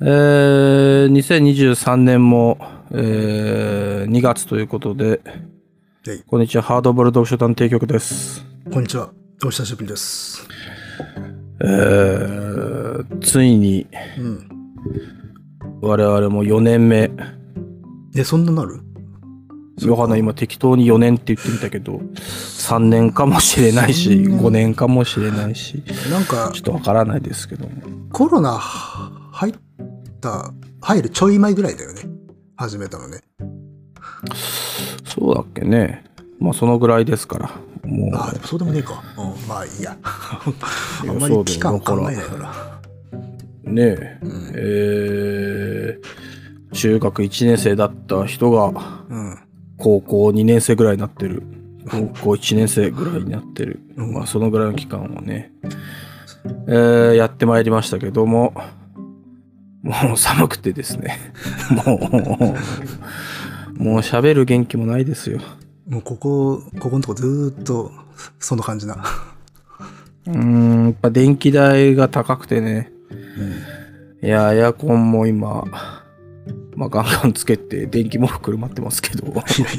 2023年も、2月ということで、こんにちは、ハードボール読書探偵局です。 こんにちは、お久しぶりです。 ついに、我々も4年目。 そんななる？ わかんない、今適当に4年って言ってみたけど、3年かもしれないし、5年かもしれないし、 なんかちょっとわからないですけども。 コロナ入るちょい前ぐらいだよね、始めたのね。 そうだっけね。まあそのぐらいですから。もうでもそうでもねえか。まあいいや。あんまり期間考えないから。 ねえ、中学1年生だった人が、高校2年生ぐらいになってる。高校1年生ぐらいになってる。まあそのぐらいの期間をね、やってまいりましたけども、もう寒くてですね。もう喋る元気もないですよ。 もうここのとこずーっとそんな感じな。 やっぱ電気代が高くてね。いや、エアコンも今、まあガンガンつけて電気毛布くるまってますけど。い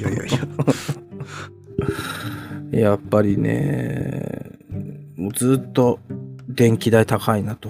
や。やっぱりね、もうずっと電気代高いなと。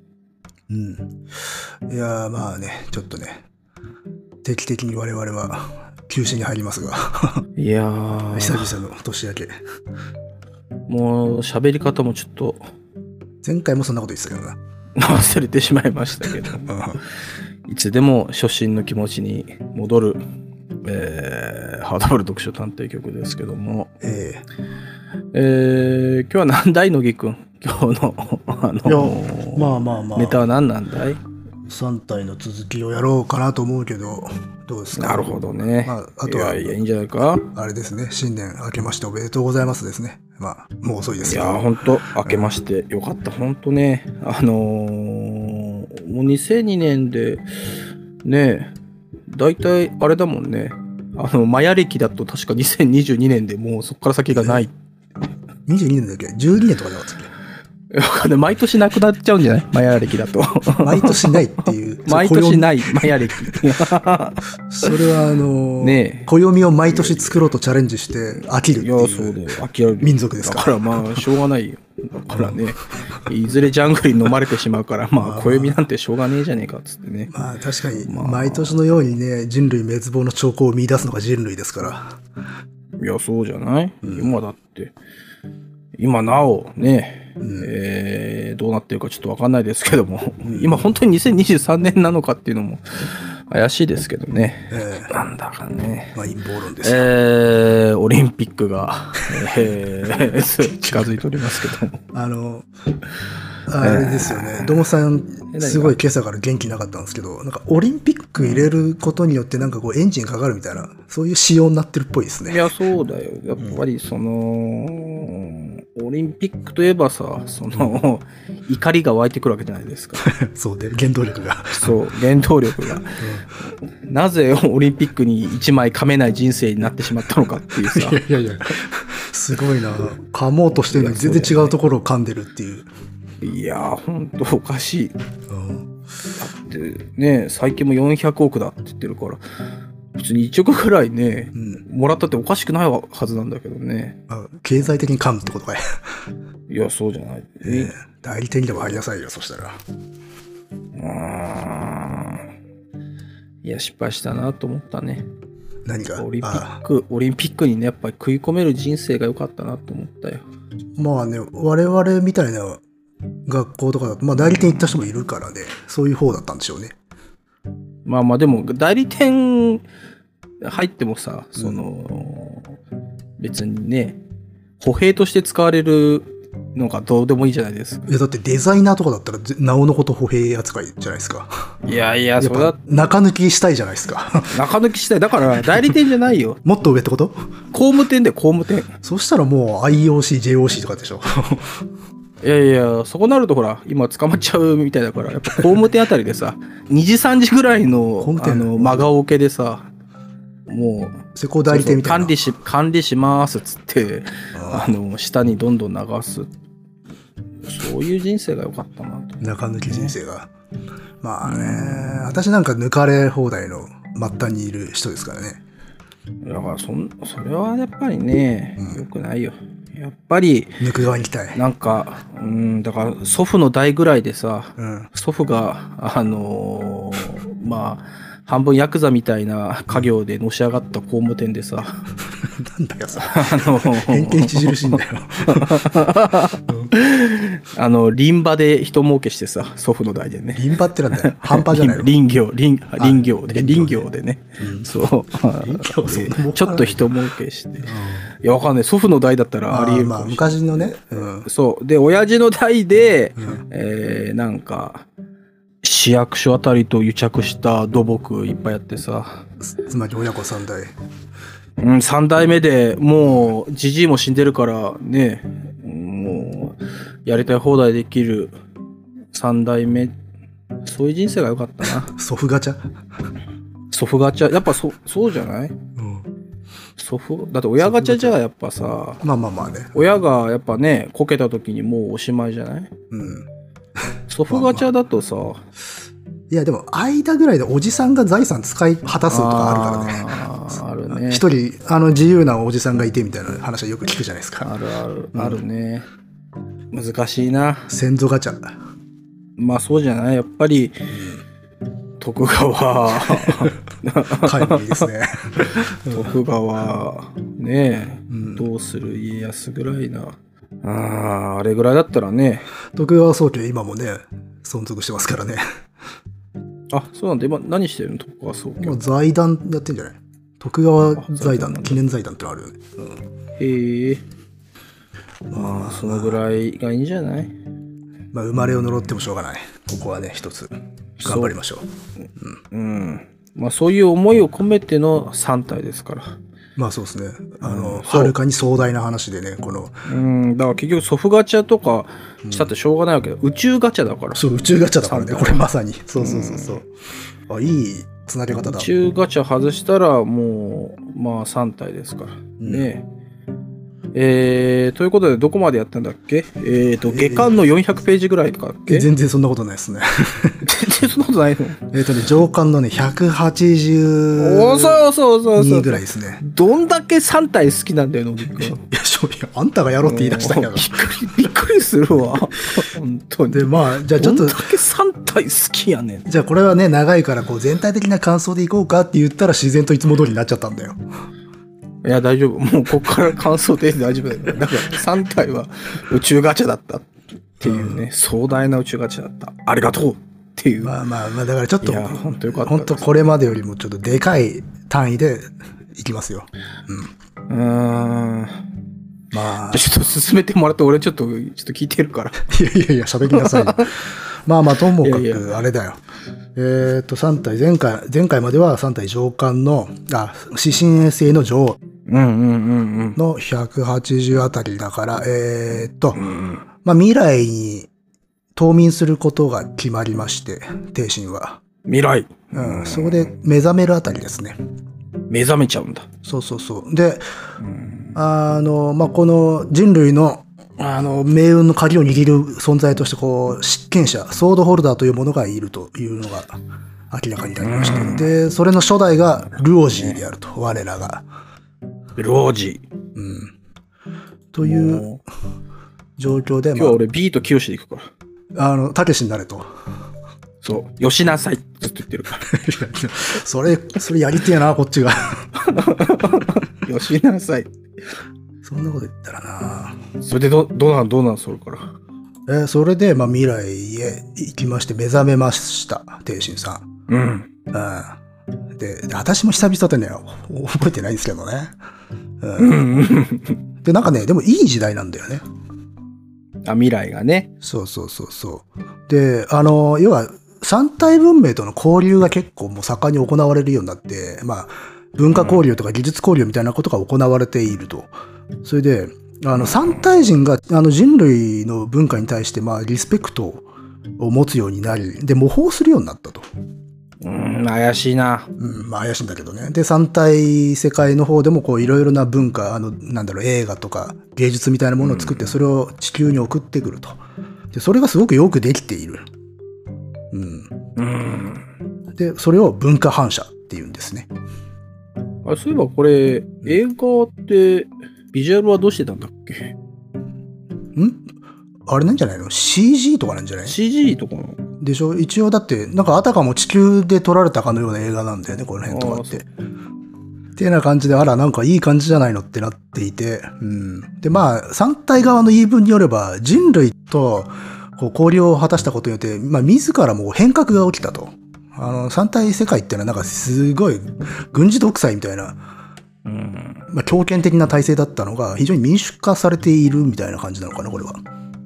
いや、まあね、ちょっとね、定期的に我々は休止に入りますが。 いやー。 久々の年明け。 もう喋り方もちょっと。 前回もそんなこと言ってたけどな。 忘れてしまいましたけど。いつでも初心の気持ちに戻る、ハードボール読書探偵局ですけども。今日は何だい乃木くん。今日のネタは何なんだい ？3体の続きをやろうかなと思うけど、どうですか？ なるほどね。 あとは、 いや、いいんじゃないか？ あれですね、新年明けましておめでとうございますですね。まあ、もう遅いですけど。 いや、ほんと、明けましてよかった。ほんとね、もう2002年で、ね、だいたいあれだもんね。マヤ歴だと確か2022年でもうそこから先がない。 22年だっけ ?12 年とかじゃなかったっけ？ 毎年なくなっちゃうんじゃない？マヤ歴だと。 毎年ないっていう。 毎年ないマヤ歴。 それは暦を毎年作ろうとチャレンジして飽きるっていう。 いや、そうだよ。飽きる民族ですから。 だからまあ、しょうがないよ。だからね、いずれジャングルに飲まれてしまうから、まあ、暦なんてしょうがねえじゃねえかっつってね。 まあ、確かに、毎年のようにね、人類滅亡の兆候を見出すのが人類ですから。 いや、そうじゃない？今だって、今なおね、どうなってるかちょっとわかんないですけども、今本当に2023年なのかっていうのも怪しいですけどね。なんだかね。 まあ陰謀論ですよ。 オリンピックが、近づいておりますけども。 あれですよね。どもさん、すごい今朝から元気なかったんですけど、なんかオリンピック入れることによってなんかこうエンジンかかるみたいな、そういう仕様になってるっぽいですね。 いや、そうだよ。やっぱりオリンピックといえばさ、怒りが湧いてくるわけじゃないですか。 そうで、原動力が。 そう、原動力が。なぜオリンピックに一枚噛めない人生になってしまったのかっていうさ。 いや、すごいな。噛もうとしてるのに全然違うところを噛んでるっていう。 いやー、ほんとおかしい。だってね、最近も400億だって言ってるから、普通に1億くらいね、もらったっておかしくないはずなんだけどね。 経済的に噛むってことかい。 いや、そうじゃない。 代理店にでも入りなさいよ、そしたら。 いや、失敗したなと思ったね。 何が？ オリンピックにね、やっぱり食い込める人生が良かったなと思ったよ。 まあね、我々みたいな学校とかだと、まあ代理店行った人もいるからね、そういう方だったんでしょうね。 まあでも、代理店入ってもさ、別にね、歩兵として使われるのがどうでもいいじゃないですか。 いや、だってデザイナーとかだったら、なおのこと歩兵扱いじゃないですか。 いや、それは。 中抜きしたいじゃないですか。 中抜きしたい。だから、代理店じゃないよ。 もっと上ってこと？ 工務店で工務店。 そしたらもう IOC、JOC とかでしょ。 いや、そこなるとほら、今捕まっちゃうみたいだから、やっぱ工務店あたりでさ、2時3時ぐらいの真顔受けでさ、もう施工代理店みたいな、 管理しますっつって下にどんどん流す、そういう人生が良かったなと。 中抜き人生が、 まあね、私なんか抜かれ放題の末端にいる人ですからね。 だからそれはやっぱりね、良くないよ。やっぱり抜く側に行きたい。 なんか、だから祖父の代ぐらいでさ、祖父がまあ半分ヤクザみたいな家業でのし上がった工務店でさ、 なんだよさ、偏見著しいんだよ。 林場で人儲けしてさ、祖父の代でね。 林場ってなんだよ。半端じゃないの。 林業でね。そう。ちょっと人儲けして。いや、わかんない。祖父の代だったらあり得るかもしれない。まあ、 昔のね。 そう。で、親父の代で、なんか、市役所あたりと癒着した土木いっぱいやってさ。 つまり親子3代。 3代目でもう、じじいも死んでるからね、もう、やりたい放題できる3代目、そういう人生が良かったな。 祖父ガチャやっぱそうじゃない？祖父だって親ガチャじゃやっぱさ、 まあね。 親がやっぱね、こけた時にもうおしまいじゃない？祖父ガチャだとさ、 いやでも間ぐらいでおじさんが財産使い果たすとかあるからね。 あるね。 一人自由なおじさんがいてみたいな話はよく聞くじゃないですか。 あるね。難しいな。 先祖ガチャ。 まあそうじゃない。やっぱり徳川タイムリーですね。 徳川ね、どうする家康ぐらいな。あれぐらいだったらね。 徳川宗家今もね存続してますからね。 あ、そうなんだ。今何してるの？徳川宗家。 今財団やってんじゃない？徳川財団、記念財団ってのあるよね。 へえ。まあそのぐらいがいいんじゃない？ まあ生まれを呪ってもしょうがない。ここはね一つ頑張りましょう。 まあそういう思いを込めての3体ですから。 まあそうですね。はるかに壮大な話でね、この。 だから結局祖父ガチャとかしたってしょうがないわけだ。宇宙ガチャだから。 そう、宇宙ガチャだからね、これまさに。そう。いいつなげ方だ。 宇宙ガチャ外したらもう、まあ3体ですから。ね。ということでどこまでやったんだっけ？下巻の400ページぐらいとかっけ？ 全然そんなことないですね。 全然そんなことないの？ 上巻のね、182ぐらいですね。 どんだけ3体好きなんだよ、のびくん。いや、 あんたがやろうって言い出したんやろ。 びっくりするわ。本当に。 で、まあ、じゃあちょっと。 どんだけ3体好きやねん。 じゃあこれはね、長いからこう全体的な感想でいこうかって言ったら自然といつも通りになっちゃったんだよ。 いや、大丈夫。もうここから感想で大丈夫だよ。だから3体は宇宙ガチャだったっていうね、壮大な宇宙ガチャだった。ありがとうっていう。 まあ、だからちょっと、 本当よかった。 本当これまでよりもちょっとでかい単位でいきますよ。 まあ。ちょっと進めてもらって、俺ちょっと聞いてるから。 いや、喋りなさいよ。まあ、ともかく、あれだよ。3体、前回までは3体上巻の、指針衛星の女王の180あたりだから、まあ、未来に冬眠することが決まりまして、帝神は。 未来。 そこで目覚めるあたりですね。 目覚めちゃうんだ。 そう。で、まあ、この人類の命運の鍵を握る存在として、執権者、ソードホルダーというものがいるというのが明らかになりまして、で、それの初代がルオジーであると、我らが。 ルオジー。という状況で、 今日は俺 B と清で行くから。 たけしになれと。 そう。よしなさい。ずっと言ってるから。 それやりてえな、こっちが。 よしなさい。 そんなこと言ったらな。 それでどうなんそれから。 それで、未来へ行きまして目覚めました、帝神さん。で、私も久々でね、覚えてないんですけどね。で、なんかね、でもいい時代なんだよね。 未来がね。 そう。で、要は、三体文明との交流が結構もう盛んに行われるようになって、まあ、文化交流とか技術交流みたいなことが行われていると。それで、三体人が人類の文化に対してリスペクトを持つようになり、で模倣するようになったと。 怪しいな。 怪しいんだけどね。で、三体世界の方でもいろいろな文化、映画とか芸術みたいなものを作って、それを地球に送ってくると。で、それがすごくよくできている。 で、それを文化反射って言うんですね。 あ、そういえばこれ、映画ってビジュアルはどうしてたんだっけ？ あれなんじゃないの？ CG とかなんじゃない？ CG とかのでしょ？一応だって、なんかあたかも地球で撮られたかのような映画なんだよね、この辺とかって。っていうような感じで、あら、なんかいい感じじゃないのってなっていて、で、まあ、三体側の言い分によれば、人類とこう交流を果たしたことによって、まあ、自らも変革が起きたと。三体世界っていうのはなんかすごい軍事独裁みたいな、まあ、強権的な体制だったのが非常に民主化されているみたいな感じなのかな、これは。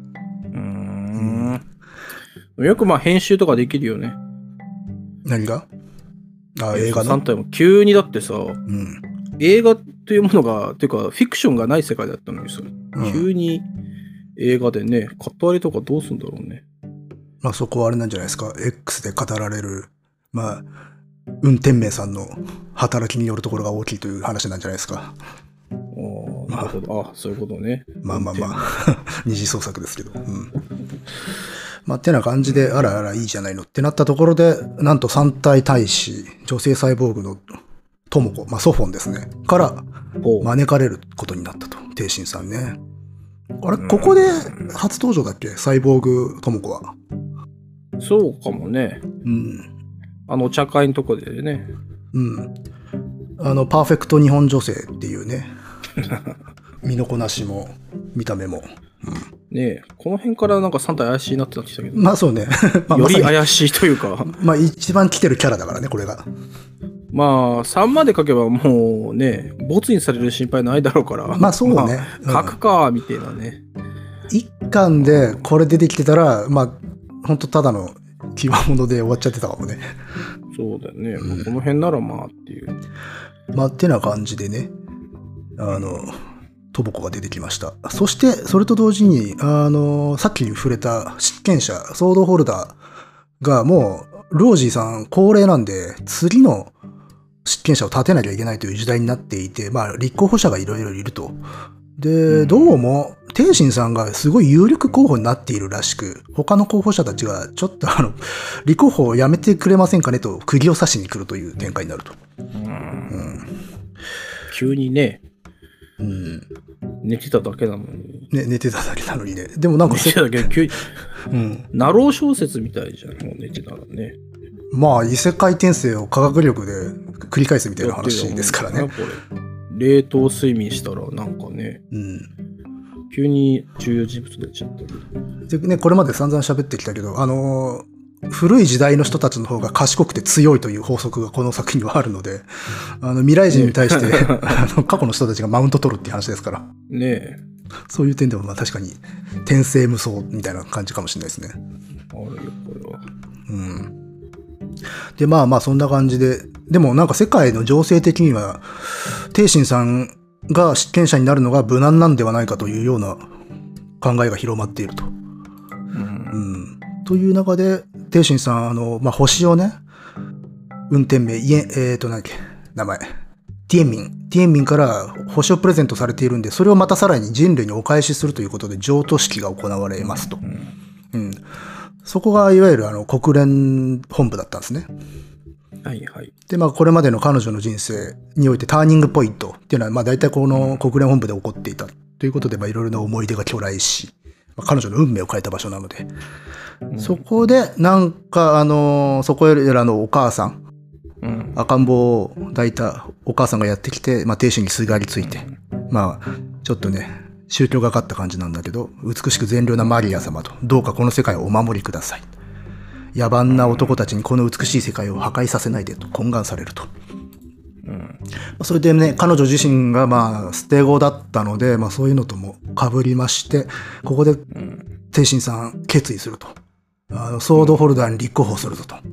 よくまあ編集とかできるよね。 何が？映画の 3体も急にだってさ、映画というものが、ていうかフィクションがない世界だったのにさ、急に映画でね、カット割りとかどうすんだろうね。 まあそこはあれなんじゃないですか。X で語られる、まあ、運天明さんの働きによるところが大きいという話なんじゃないですか。 なるほど。そういうことね。 まあ二次創作ですけど。まあ、ってな感じで、あらあらいいじゃないのってなったところで、なんと三体大使、女性サイボーグの智子、まあソフォンですね、から招かれることになったと、帝信さんね。あれ、ここで初登場だっけ？サイボーグ智子は。 そうかもね。お茶会のとこでね。 パーフェクト日本女性っていうね。身のこなしも、見た目も。 ねえ、この辺からなんか3体怪しいなってなってきたけど。 まあそうね。 より怪しいというか。 まあ一番来てるキャラだからね、これが。 まあ、3まで書けばもうね、ボツにされる心配ないだろうから。 まあそうね。 書くか、みたいなね。 一巻でこれ出てきてたら、まあ、ほんとただの際物で終わっちゃってたかもね。 そうだよね。この辺ならまあっていう。 まあってな感じでね、トボコが出てきました。そして、それと同時に、さっき触れた執権者、ソードホルダーがもう、ロージーさん高齢なんで、次の執権者を立てなきゃいけないという時代になっていて、まあ、立候補者がいろいろいると。で、どうも、帝信さんがすごい有力候補になっているらしく、他の候補者たちが、ちょっと立候補をやめてくれませんかねと、釘を刺しに来るという展開になると。 急にね、寝てただけなのに。 ね、寝てただけなのにね。でもなんか寝てただけ急に。ナロー小説みたいじゃん、もう寝てたらね。 まあ、異世界転生を科学力で繰り返すみたいな話ですからね。 冷凍睡眠したらなんかね、急に重要人物出ちゃったけど。 でね、これまで散々喋ってきたけど、古い時代の人たちの方が賢くて強いという法則がこの作品にはあるので、未来人に対して過去の人たちがマウント取るっていう話ですから。 ねえ。 そういう点ではまあ確かに転生無双みたいな感じかもしれないですね。 あるよ、これは。 で、まあまあそんな感じで、でもなんか世界の情勢的には、帝信さんが執権者になるのが無難なんではないかというような考えが広まっていると。という中で、帝信さん、まあ、星をね、運転名、なんだっけ、名前。ティエンミンから星をプレゼントされているんで、それをまたさらに人類にお返しするということで譲渡式が行われますと。そこがいわゆる国連本部だったんですね。 はいはい。 で、まあこれまでの彼女の人生においてターニングポイントっていうのは、まあ大体この国連本部で起こっていたということで、まあいろいろな思い出が巨来し、まあ、彼女の運命を変えた場所なので、そこでなんかそこらのお母さん、赤ん坊を抱いたお母さんがやってきて、まあ、亭主にすがりついて、まあ、ちょっとね、宗教がかった感じなんだけど、美しく善良なマリア様と、どうかこの世界をお守りください。野蛮な男たちにこの美しい世界を破壊させないでと懇願されると。それでね、彼女自身がまあ、捨て子だったので、まあそういうのとも被りまして、ここで、帝信さん決意すると。ソードホルダーに立候補するぞと。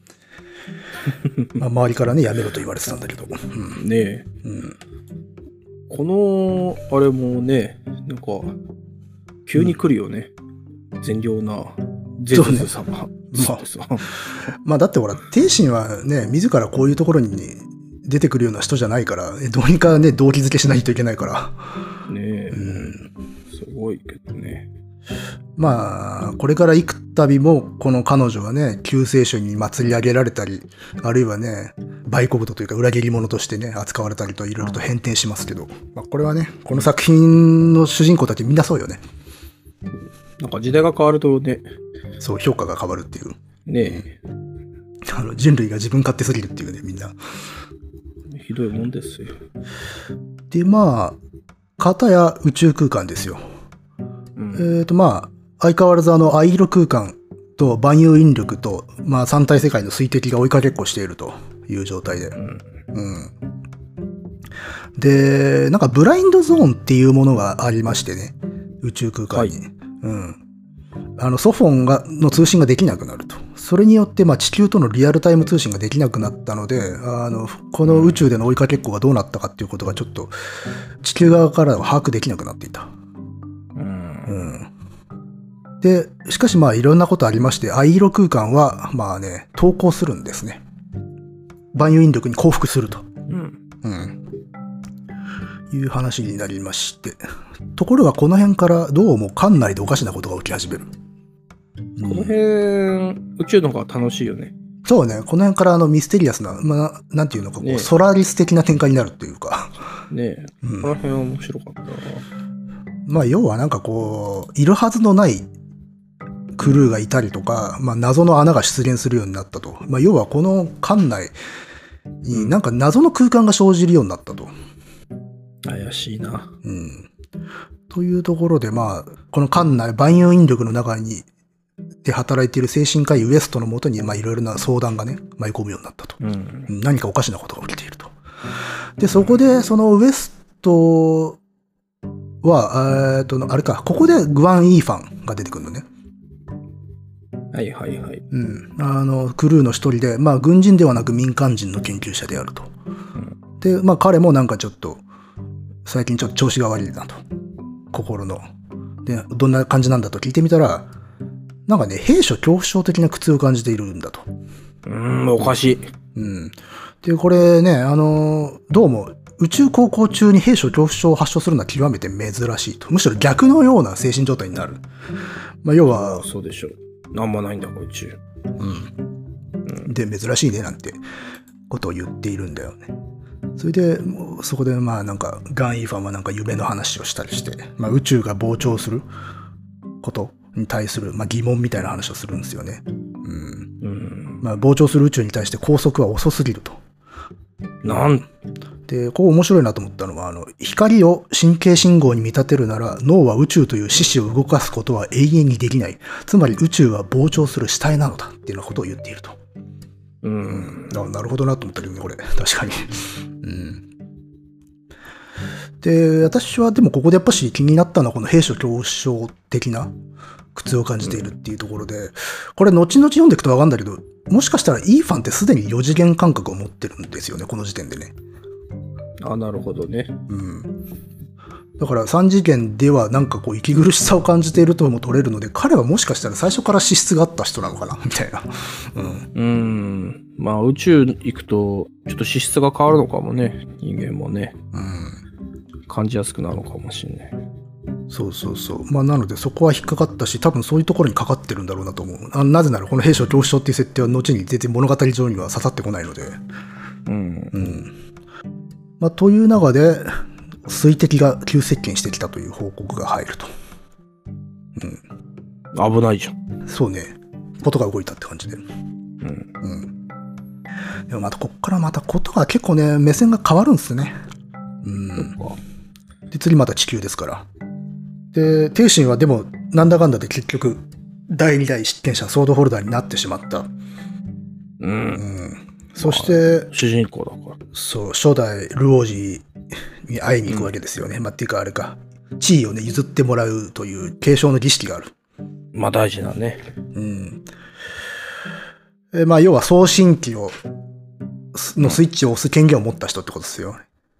まあ周りからね、やめろと言われてたんだけど。 ねえ。この、あれもね、なんか、急に来るよね。善良な、ゼウス様。 まあだってほら、帝信はね、自らこういうところに、ね、出てくるような人じゃないから、どうにかね、動機づけしないといけないから。 ねえ。すごいけどね。 まあ、これから幾度も、この彼女がね、救世主に祭り上げられたり、あるいはね、売国人というか裏切り者としてね、扱われたりといろいろと変転しますけど、まあ、これはね、この作品の主人公たちみんなそうよね。 なんか時代が変わるとね、 そう、評価が変わるっていう。 ねえ。 人類が自分勝手すぎるっていうね、みんな。 ひどいもんですよ。 で、まあ、片や宇宙空間ですよ。まあ、相変わらず藍色空間と万有引力と、まあ、三体世界の水滴が追いかけっこしているという状態で。で、なんかブラインドゾーンっていうものがありましてね、宇宙空間に。ソフォンの通信ができなくなると。それによって、まあ、地球とのリアルタイム通信ができなくなったので、この宇宙での追いかけっこがどうなったかっていうことがちょっと、地球側からは把握できなくなっていた。で、しかしまあいろんなことありまして、藍色空間は、まあね、投降するんですね。万有引力に降伏すると。いう話になりまして。ところがこの辺からどうも館内でおかしなことが起き始める。 この辺、宇宙の方が楽しいよね。 そうね、この辺からミステリアスな、まあ、なんていうのか、こう、ソラリス的な展開になるっていうか。 ねえ、この辺は面白かったな。 まあ、要はなんかこう、いるはずのないクルーがいたりとか、まあ、謎の穴が出現するようになったと。まあ、要はこの館内になんか謎の空間が生じるようになったと。 怪しいな。 というところで、まあ、この館内、万有引力の中に、で働いている精神科医ウエストのもとに、まあ、いろいろな相談がね、舞い込むようになったと。何かおかしなことが起きていると。で、そこで、そのウエストは、あれか、ここでグワン・イーファンが出てくるのね。 はいはいはい。 クルーの一人で、まあ、軍人ではなく民間人の研究者であると。で、まあ、彼もなんかちょっと、最近ちょっと調子が悪いなと。心の。で、どんな感じなんだと聞いてみたら、なんかね、閉所恐怖症的な苦痛を感じているんだと。 おかしい。 で、これね、どうも、宇宙航行中に閉所恐怖症を発症するのは極めて珍しいと。むしろ逆のような精神状態になる。まあ、要は、 そうでしょう。なんもないんだ、宇宙。 で、珍しいね、なんてことを言っているんだよね。それで、そこで、まあなんか、ガン・イーファンはなんか夢の話をしたりして、まあ宇宙が膨張することに対する、まあ疑問みたいな話をするんですよね。まあ膨張する宇宙に対して高速は遅すぎると。で、ここ面白いなと思ったのは、光を神経信号に見立てるなら、脳は宇宙という四肢を動かすことは永遠にできない。つまり宇宙は膨張する主体なのだっていうようなことを言っていると。なるほどなと思ったけどね、これ。確かに。で、私はでもここでやっぱし気になったのはこの閉所恐怖症的な苦痛を感じているっていうところで、これ後々読んでいくとわかるんだけど、もしかしたらイーファンってすでに4次元感覚を持ってるんですよね、この時点でね。 なるほどね。 だから3次元ではなんかこう息苦しさを感じているとも取れるので、彼はもしかしたら最初から資質があった人なのかなみたいな。 まあ宇宙行くとちょっと資質が変わるのかもね。人間もね。感じやすくなるのかもしれない。 そうそうそう。まあなのでそこは引っかかったし、多分そういうところにかかってるんだろうなと思う。なぜならこの閉所恐怖症っていう設定は後に全然物語上には刺さってこないので。まあという中で、水滴が急接近してきたという報告が入ると。 危ないじゃん。 そうね。ことが動いたって感じで。でもまたこっからまたことが結構ね、目線が変わるんですね。で、次また地球ですから。で、帝神はでも、なんだかんだで結局、第2代執権者ソードホルダーになってしまった。そして、 主人公だから。 そう、初代ルオージーに会いに行くわけですよね。まあ、っていうかあれか、地位をね、譲ってもらうという継承の儀式がある。 まあ大事だね。 まあ、要は送信機のスイッチを押す権限を持った人ってことですよ。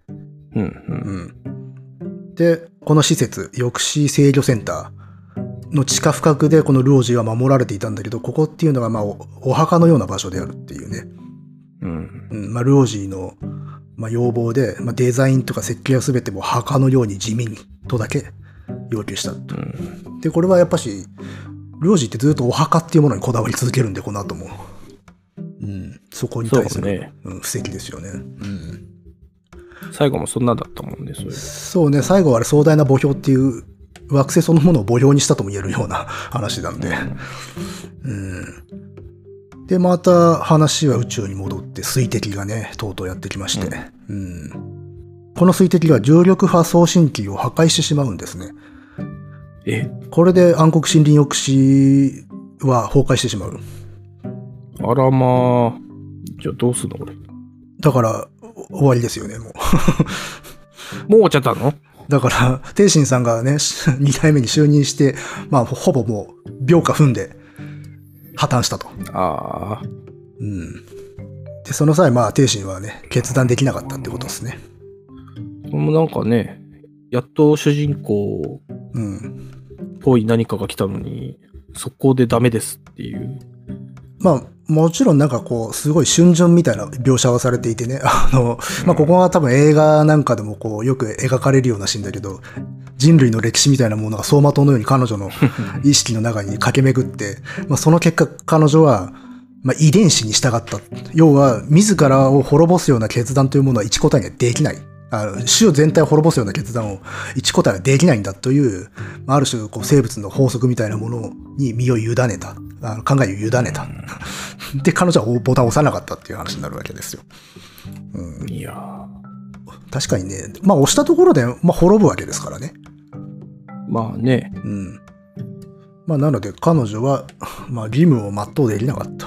で、この施設、抑止制御センターの地下深くでこのルオージーは守られていたんだけど、ここっていうのがまあ お墓のような場所であるっていうね。まあ、ルオージーの、まあ、要望で、まあ、デザインとか設計は全ても墓のように地味にとだけ要求したと。で、これはやっぱし、領事ってずっとお墓っていうものにこだわり続けるんで、この後も。そこに対する、 ね、 布石ですよね。 最後もそんなだったもんね、 そうね、最後はあれ壮大な墓標っていう惑星そのものを墓標にしたとも言えるような話なんで。で、また話は宇宙に戻って水滴がね、とうとうやってきまして。この水滴が重力波送信機を破壊してしまうんですね。これで暗黒森林抑止は崩壊してしまう。 あらまあ。じゃあどうすんのこれ。 だから、終わりですよね、もう。 もう終わっちゃったの？ だから、帝信さんがね、2代目に就任して、まあ、ほぼもう、秒か踏んで、破綻したと。で、その際、まあ、帝信はね、決断できなかったってことですね。 もうなんかね、やっと主人公っぽい何かが来たのに、速攻でダメですっていう。 まあ、もちろんなんかこう、すごい春巡みたいな描写はされていてね、まあ、ここは多分映画なんかでもこう、よく描かれるようなシーンだけど、人類の歴史みたいなものが走馬灯のように彼女の意識の中に駆け巡って、まあ、その結果彼女は、まあ、遺伝子に従った。要は、自らを滅ぼすような決断というものは一個体にはできない。種全体を滅ぼすような決断を一個体はできないんだという、ある種こう生物の法則みたいなものに身を委ねた。考えを委ねた。で、彼女はボタンを押さなかったっていう話になるわけですよ。 いや確かにね、まあ押したところで、まあ滅ぶわけですからね。 まあね。 まあなので彼女は、まあ義務を全うできなかった。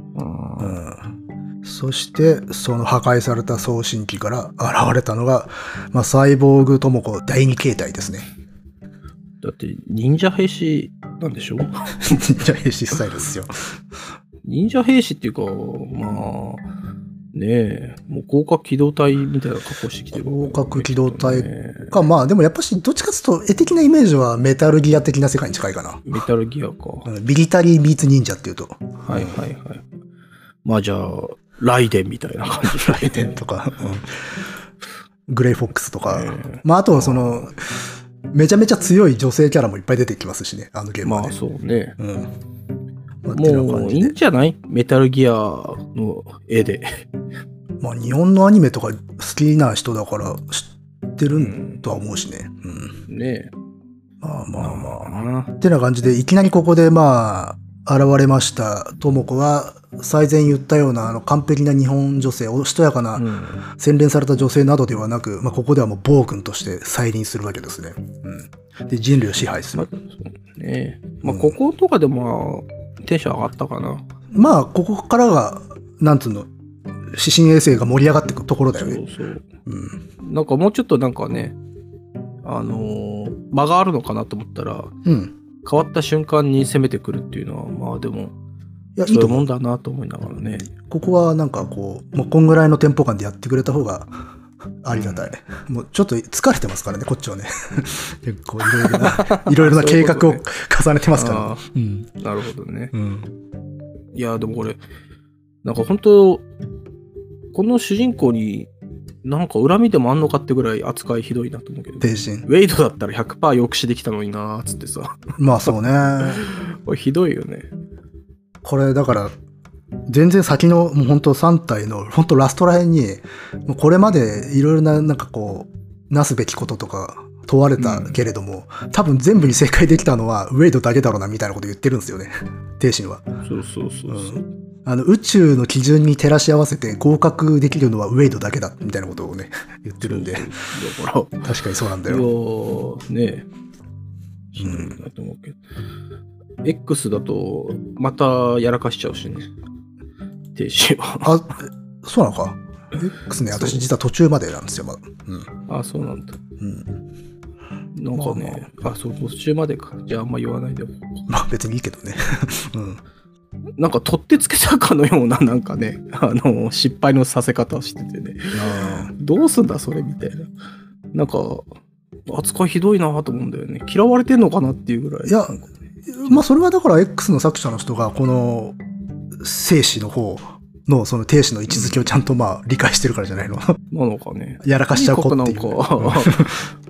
そして、その破壊された送信機から現れたのが、まあ、サイボーグ智子第2形態ですね。 だって、忍者兵士なんでしょ？ 忍者兵士スタイルですよ。 忍者兵士っていうか、まあ、ねえ、もう広角機動隊みたいな格好してきてる、ね。 広角機動隊か、まあでもやっぱし、どっちかというと絵的なイメージはメタルギア的な世界に近いかな。 メタルギアか。 ミリタリービーツ忍者っていうと。 はいはいはい。まあじゃあ、ライデンみたいな感じ。 ライデンとか、グレイフォックスとか。まああとはその、めちゃめちゃ強い女性キャラもいっぱい出てきますしね、あのゲームは、ね。 まあそうね。 まあ、 もういいんじゃない？メタルギアの絵で。 まあ日本のアニメとか好きな人だから知ってるとは思うしね。 ねえ。 まあ。ってな感じで、いきなりここでまあ、現れました。智子は、最前言ったような完璧な日本女性、おしとやかな洗練された女性などではなく、まあここではもう暴君として再臨するわけですね。で、人類を支配する。 まあこことかでも、テンション上がったかな。 まあ、ここからが、なんつうの、指針衛星が盛り上がっていくところだよね。 なんかもうちょっとなんかね、間があるのかなと思ったら、変わった瞬間に攻めてくるっていうのは、まあでも、そういうもんだなと思いながらね。 ここはなんかこう、もうこんぐらいのテンポ感でやってくれた方がありがたい。もうちょっと疲れてますからね、こっちはね。結構いろいろな計画を重ねてますから。 なるほどね。いや、でもこれ、なんか本当、この主人公に、なんか恨みでもあんのかってぐらい扱いひどいなと思うけど。ウェイドだったら 100% 抑止できたのになーっつってさ。 まあそうね。 これひどいよね。 これだから、全然先のもう本当3体の本当ラストら辺に、もうこれまでいろいろななんかこう、なすべきこととか問われたけれども、多分全部に正解できたのはウェイドだけだろうなみたいなこと言ってるんですよね。帝神は。そう。宇宙の基準に照らし合わせて合格できるのはウェイドだけだみたいなことをね、言ってるんで。だから確かにそうなんだよ。 ねえ。だと思うけど。X だと、またやらかしちゃうしね。停止は。 そうなのか。X ね、私実は途中までなんですよ、まだ。 そうなんだ。なんかね、そう、途中までか。じゃああんま言わないで。 まあ別にいいけどね。 なんか取ってつけたかのような、なんかね、失敗のさせ方をしててね。どうすんだ、それみたいな。なんか、扱いひどいなと思うんだよね。嫌われてんのかなっていうぐらい。 いや、まあそれはだから X の作者の人がこの生死の方のその停止の位置づけをちゃんとまあ理解してるからじゃないの。 なのかね。 やらかしちゃう子っていう。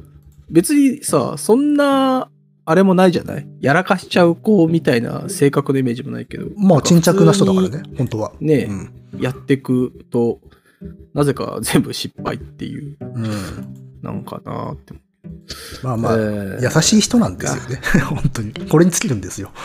別にさ、そんな、あれもないじゃない？やらかしちゃう子みたいな性格のイメージもないけど。 まあ、沈着な人だからね、本当は。 ね、やっていくと、なぜか全部失敗っていう、なんかなって。 まあまあ、優しい人なんですよね。本当に。これに尽きるんですよ。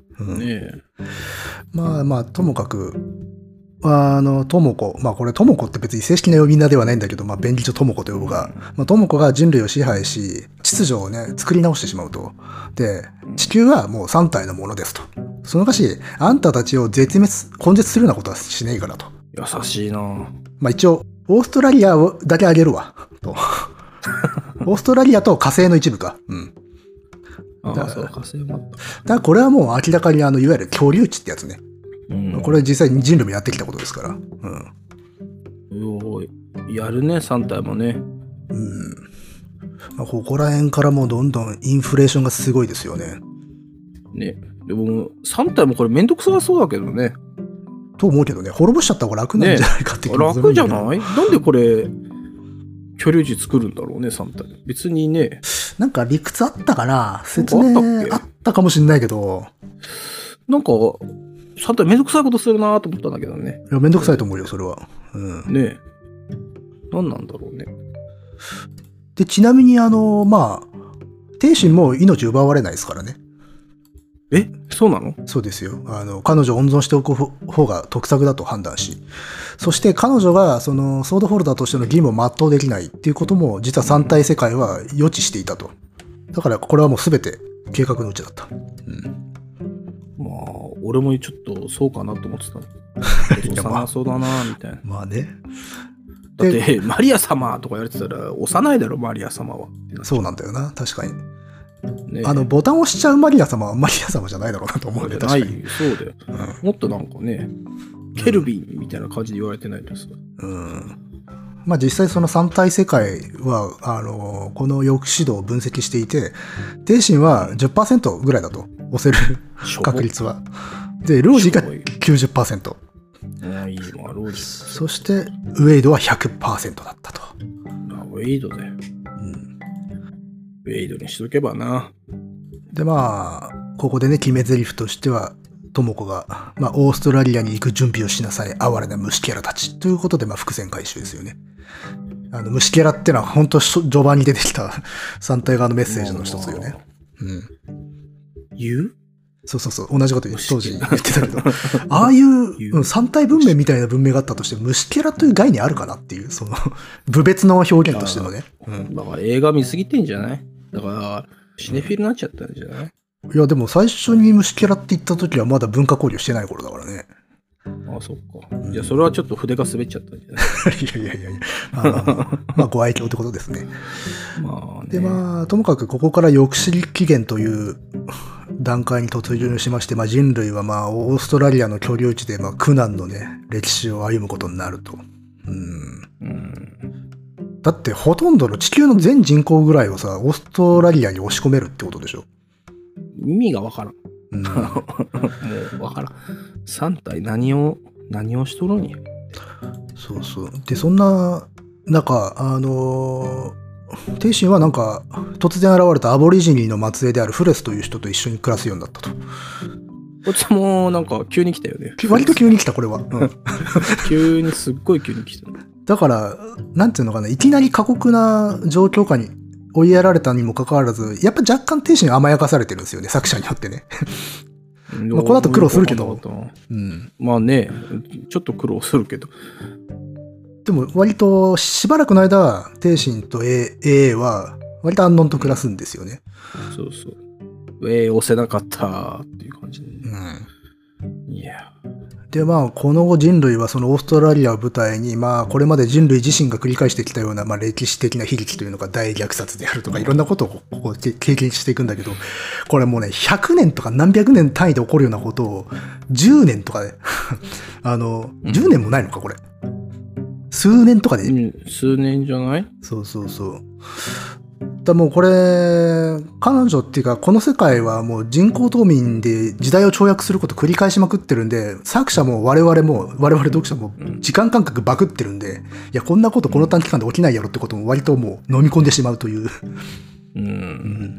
まあまあ、ともかく、ともこ。まあこれともこって別に正式な呼び名ではないんだけど、まあ便宜上ともこと呼ぶが、まあともこが人類を支配し、秩序をね、作り直してしまうと。で、地球はもう3体のものですと。そのかし、あんたたちを根絶するようなことはしねえからと。 優しいな。 まあ一応、オーストラリアだけあげるわ。と。オーストラリアと火星の一部か。 そう、火星もあった。だからこれはもう明らかにいわゆる居留地ってやつね。これ実際に人類もやってきたことですから。 やるね、3体もね。 まあ、ここら辺からもうどんどんインフレーションがすごいですよね。 ね。でも、3体もこれめんどくさそうだけどね。 と思うけどね、滅ぼしちゃった方が楽なんじゃないかって気もする。 楽じゃない？なんでこれ、居留地作るんだろうね、3体。別にね。 なんか理屈あったかな？説明あったかもしんないけど。 なんか、3体めんどくさいことするなと思ったんだけどね。 いや、めんどくさいと思うよ、それは。 ねえ。何なんだろうね。 で、ちなみにまあ、帝神も命奪われないですからね。 そうなの？ そうですよ。彼女を温存しておく方が得策だと判断し、そして彼女がそのソードホルダーとしての義務を全うできないっていうことも実は三体世界は予知していたと。だからこれはもう全て計画のうちだった。 まあ、俺もちょっとそうかなと思ってたの。幼そうだなみたいな。 まあね。 だって、マリア様とか言われてたら、幼いだろ、マリア様は。 そうなんだよな、確かに。ね、ボタンを押しちゃうマリア様はマリア様じゃないだろうなと思うんで、確かに。 そうだよ。もっとなんかね、ケルビンみたいな感じで言われてないとさ。 まあ実際その三体世界は、この抑止度を分析していて、帝神は 10% ぐらいだと、押せる確率は。で、ロージが 90%。そして、ウェイドは 100% だったと。 ウェイドだよ。ウェイドにしとけばな。 で、まあ、ここでね、決め台詞としては、トモコが、まあ、オーストラリアに行く準備をしなさい、哀れな虫キャラたち。ということで、まあ、伏線回収ですよね。虫キャラってのは、本当序盤に出てきた三体側のメッセージの一つよね。 言う？ そうそうそう。同じこと当時言ってたけど。ああいう三体文明みたいな文明があったとして、虫キャラという概念あるかなっていう、その、部別の表現としてのね。 だから映画見すぎてんじゃない？だから、シネフィルになっちゃったんじゃない？ いや、でも最初に虫キャラって言った時はまだ文化交流してない頃だからね。 ああ、そっか。じゃあそれはちょっと筆が滑っちゃったんじゃない？ いやいやいや。まあご愛嬌ってことですね。まあね。で、まあ、ともかくここから抑止期限という段階に突入しまして、まあ人類はまあオーストラリアの居留地でまあ苦難のね、歴史を歩むことになると。だってほとんどの地球の全人口ぐらいをさ、オーストラリアに押し込めるってことでしょ。 意味がわからん。もうわからん。3体何をしとるんや。 そうそう。で、そんな、なんか、帝神はなんか、突然現れたアボリジニの末裔であるフレスという人と一緒に暮らすようになったと。 こっちもなんか急に来たよね。 割と急に来た、これは。 急に、すっごい急に来た。 だから、なんていうのかな、いきなり過酷な状況下に追いやられたにもかかわらず、やっぱ若干帝神甘やかされてるんですよね、作者によってね。まあこの後苦労するけど。 まあね、ちょっと苦労するけど。 でも割としばらくの間、帝神と AA は割と安穏と暮らすんですよね。 そうそう。押せなかったっていう感じで。いや。 で、まあ、この後人類はそのオーストラリアを舞台に、まあ、これまで人類自身が繰り返してきたような、まあ、歴史的な悲劇というのが大虐殺であるとか、いろんなことをここ経験していくんだけど、これもうね、100年とか何百年単位で起こるようなことを、10年とかで、10年もないのか、これ。数年とかで。 数年じゃない？ そうそうそう。だもうこれ、彼女っていうか、この世界はもう人工冬眠で時代を跳躍すること繰り返しまくってるんで、作者も我々読者も時間感覚バグってるんで、いや、こんなことこの短期間で起きないやろってことも割ともう飲み込んでしまうという。 うん。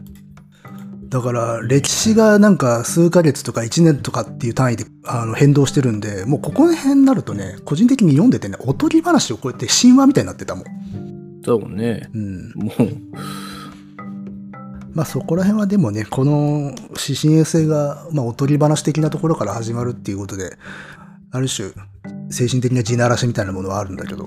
だから歴史がなんか数ヶ月とか1年とかっていう単位で変動してるんで、もうここら辺になるとね、個人的に読んでてね、おとぎ話をこうやって神話みたいになってたもん。 そうね。 うん。もう。まあそこら辺はでもね、この指針衛星が、まあおとぎ話的なところから始まるっていうことで、ある種精神的な地ならしみたいなものはあるんだけど、うん。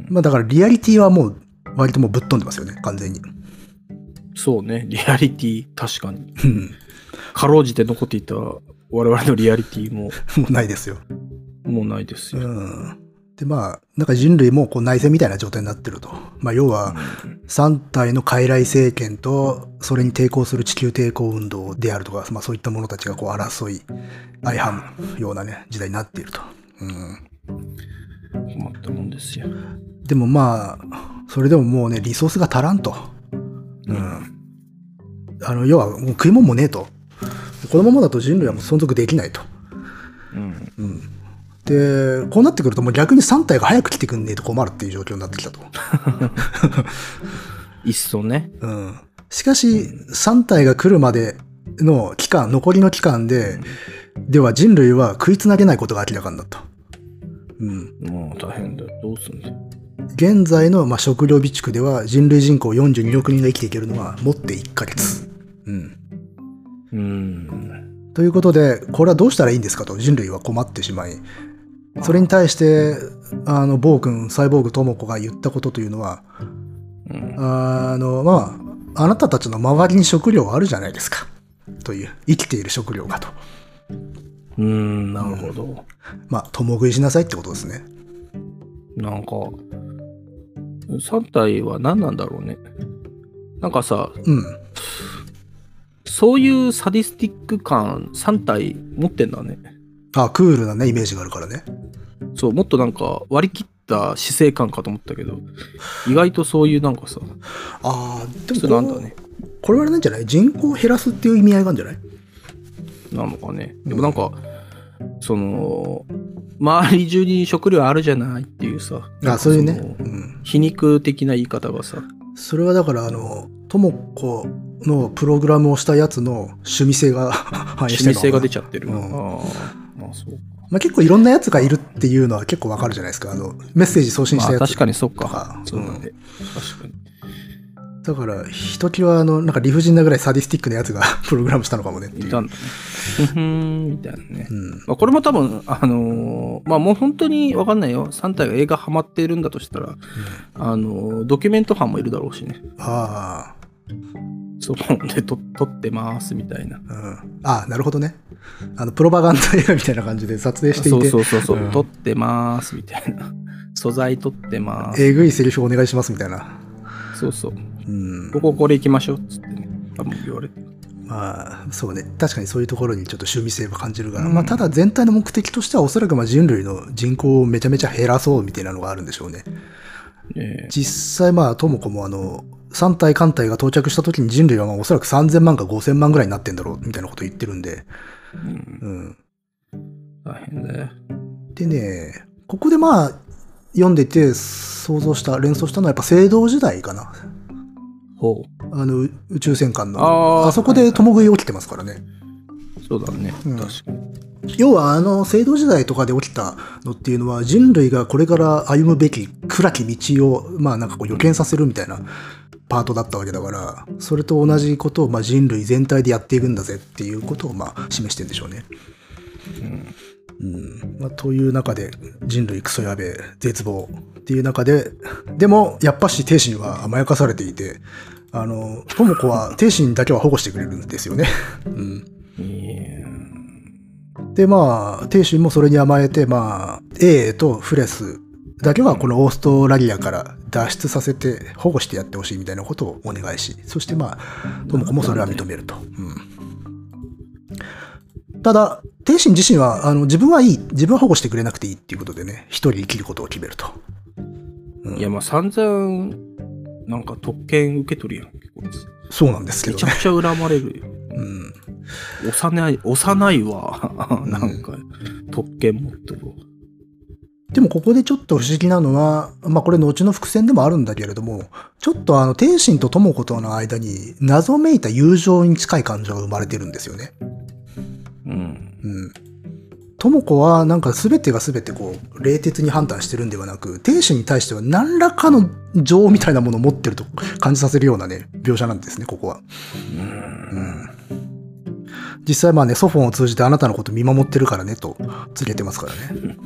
まあだからリアリティはもう割ともうぶっ飛んでますよね、完全に。 そうね、リアリティ、確かに。かろうじて残っていた我々のリアリティも。 もうないですよ。 もうないですよ。 で、まあ、なんか人類もこう内戦みたいな状態になってると。まあ、要は、3体の傀儡政権と、それに抵抗する地球抵抗運動であるとか、まあそういった者たちがこう争い、相反むようなね、時代になっていると。 困ったもんですよ。 でもまあ、それでももうね、リソースが足らんと。要はもう食い物もねえと。このままだと人類はもう存続できないと。で、こうなってくるともう逆に3体が早く来てくんねえと困るっていう状況になってきたと。 いっそね。 しかし、3体が来るまでの期間、残りの期間で、では人類は食いつなげないことが明らかになった。 もう大変だよ。どうすんだよ。 現在の食料備蓄では人類人口42億人が生きていけるのはもって1ヶ月。ということで、これはどうしたらいいんですかと人類は困ってしまい、それに対して、暴君、サイボーグトモコが言ったことというのは、あなたたちの周りに食料あるじゃないですか。という、生きている食料がと。 なるほど。 共食いしなさいってことですね。 なんか、3体は何なんだろうね。なんかさ、そういうサディスティック感3体持ってんだね。 クールなね、イメージがあるからね。 そう、もっとなんか割り切った姿勢感かと思ったけど、意外とそういうなんかさ。 でもなんだね。これはなんじゃない？人口を減らすっていう意味合いがあるんじゃない？ なのかね。でもなんか、その、周り中に食料あるじゃないっていうさ。 そういうね。 皮肉的な言い方がさ。 それはだからともこのプログラムをしたやつの趣味性が反映してるのかな。趣味性が出ちゃってる。 そう。結構いろんなやつがいるっていうのは結構わかるじゃないですか。メッセージ送信したやつ。 確かにそっか。そうだね。確かに。 だから、ひときわなんか理不尽なぐらいサディスティックなやつがプログラムしたのかもねっていう。 いたんだね。みたいなね。これも多分、もう本当にわかんないよ。3体が映画ハマっているんだとしたら、ドキュメント班もいるだろうしね。そうで撮ってますみたいな。 なるほどね。プロパガンダ映画みたいな感じで撮影していて。 そう、撮ってますみたいな。素材撮ってます。 えぐいセリフお願いしますみたいな。 そう。これ行きましょうっつってね。多分言われて。 そうね。確かにそういうところにちょっと趣味性は感じるが、ただ全体の目的としてはおそらく人類の人口をめちゃめちゃ減らそうみたいなのがあるんでしょうね。実際ともこも3体艦隊が到着した時に人類はおそらく3000万か5000万ぐらいになってんだろうみたいなことを言ってるんで。 大変だよ。 でね、ここで読んでて連想したのはやっぱ青銅時代かな。宇宙戦艦の。あそこで共食い起きてますからね。 そうだね。確かに。 要は青銅時代とかで起きたのっていうのは人類がこれから歩むべき暗き道を予見させるみたいなパートだったわけだから、それと同じことを人類全体でやっていくんだぜっていうことを示してるんでしょうね。という中で人類クソやべえ絶望っていう中で、でもやっぱし帝神は甘やかされていて、トモコは帝神だけは保護してくれるんですよね。で帝神もそれに甘えてエーとフレスだけはこのオーストラリアから脱出させて保護してやってほしいみたいなことをお願いし、そしてトモコもそれは認めると。ただ帝神自身は自分はいい、自分は保護してくれなくていいっていうことでね、一人生きることを決めると。 いや散々なんか特権受け取るやん。 そうなんですけど、 ね、めちゃくちゃ恨まれるよ。幼いわなんか特権持ってる。 でもここでちょっと不思議なのは、まあこれ後の伏線でもあるんだけれども、ちょっと天心と智子との間に謎めいた友情に近い感情が生まれてるんですよね。 うん。 智子はなんか全てが全てこう、冷徹に判断してるんではなく、天心に対しては何らかの情みたいなものを持ってると感じさせるようなね、描写なんですね、ここは。実際まあね、ソフォンを通じてあなたのこと見守ってるからね、と告げてますからね。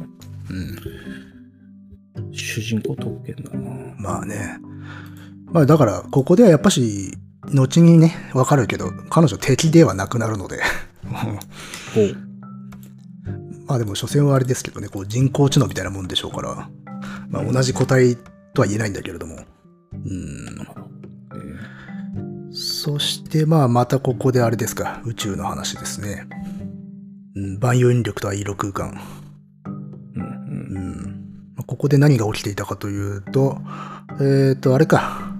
主人公特権だな。 まあね。まあだから、ここではやっぱし、後にね、わかるけど、彼女敵ではなくなるので。まあでも、所詮はあれですけどね、こう人工知能みたいなもんでしょうから、まあ同じ個体とは言えないんだけれども。そして、まあまたここであれですか、宇宙の話ですね。万有引力とは色空間。ここで何が起きていたかというと、あれか。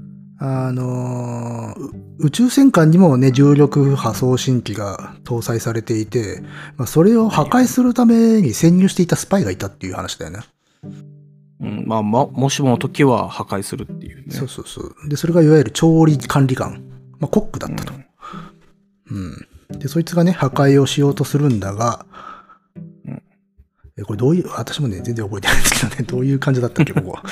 宇宙戦艦にもね、重力波送信機が搭載されていて、まあ、それを破壊するために潜入していたスパイがいたっていう話だよね。 まあ、もしもの時は破壊するっていうね。 そうそうそう。で、それがいわゆる調理管理官。まあ、コックだったと。で、そいつがね、破壊をしようとするんだが、これどういう、私もね、全然覚えてないんですけどね、どういう感じだったっけ、ここは。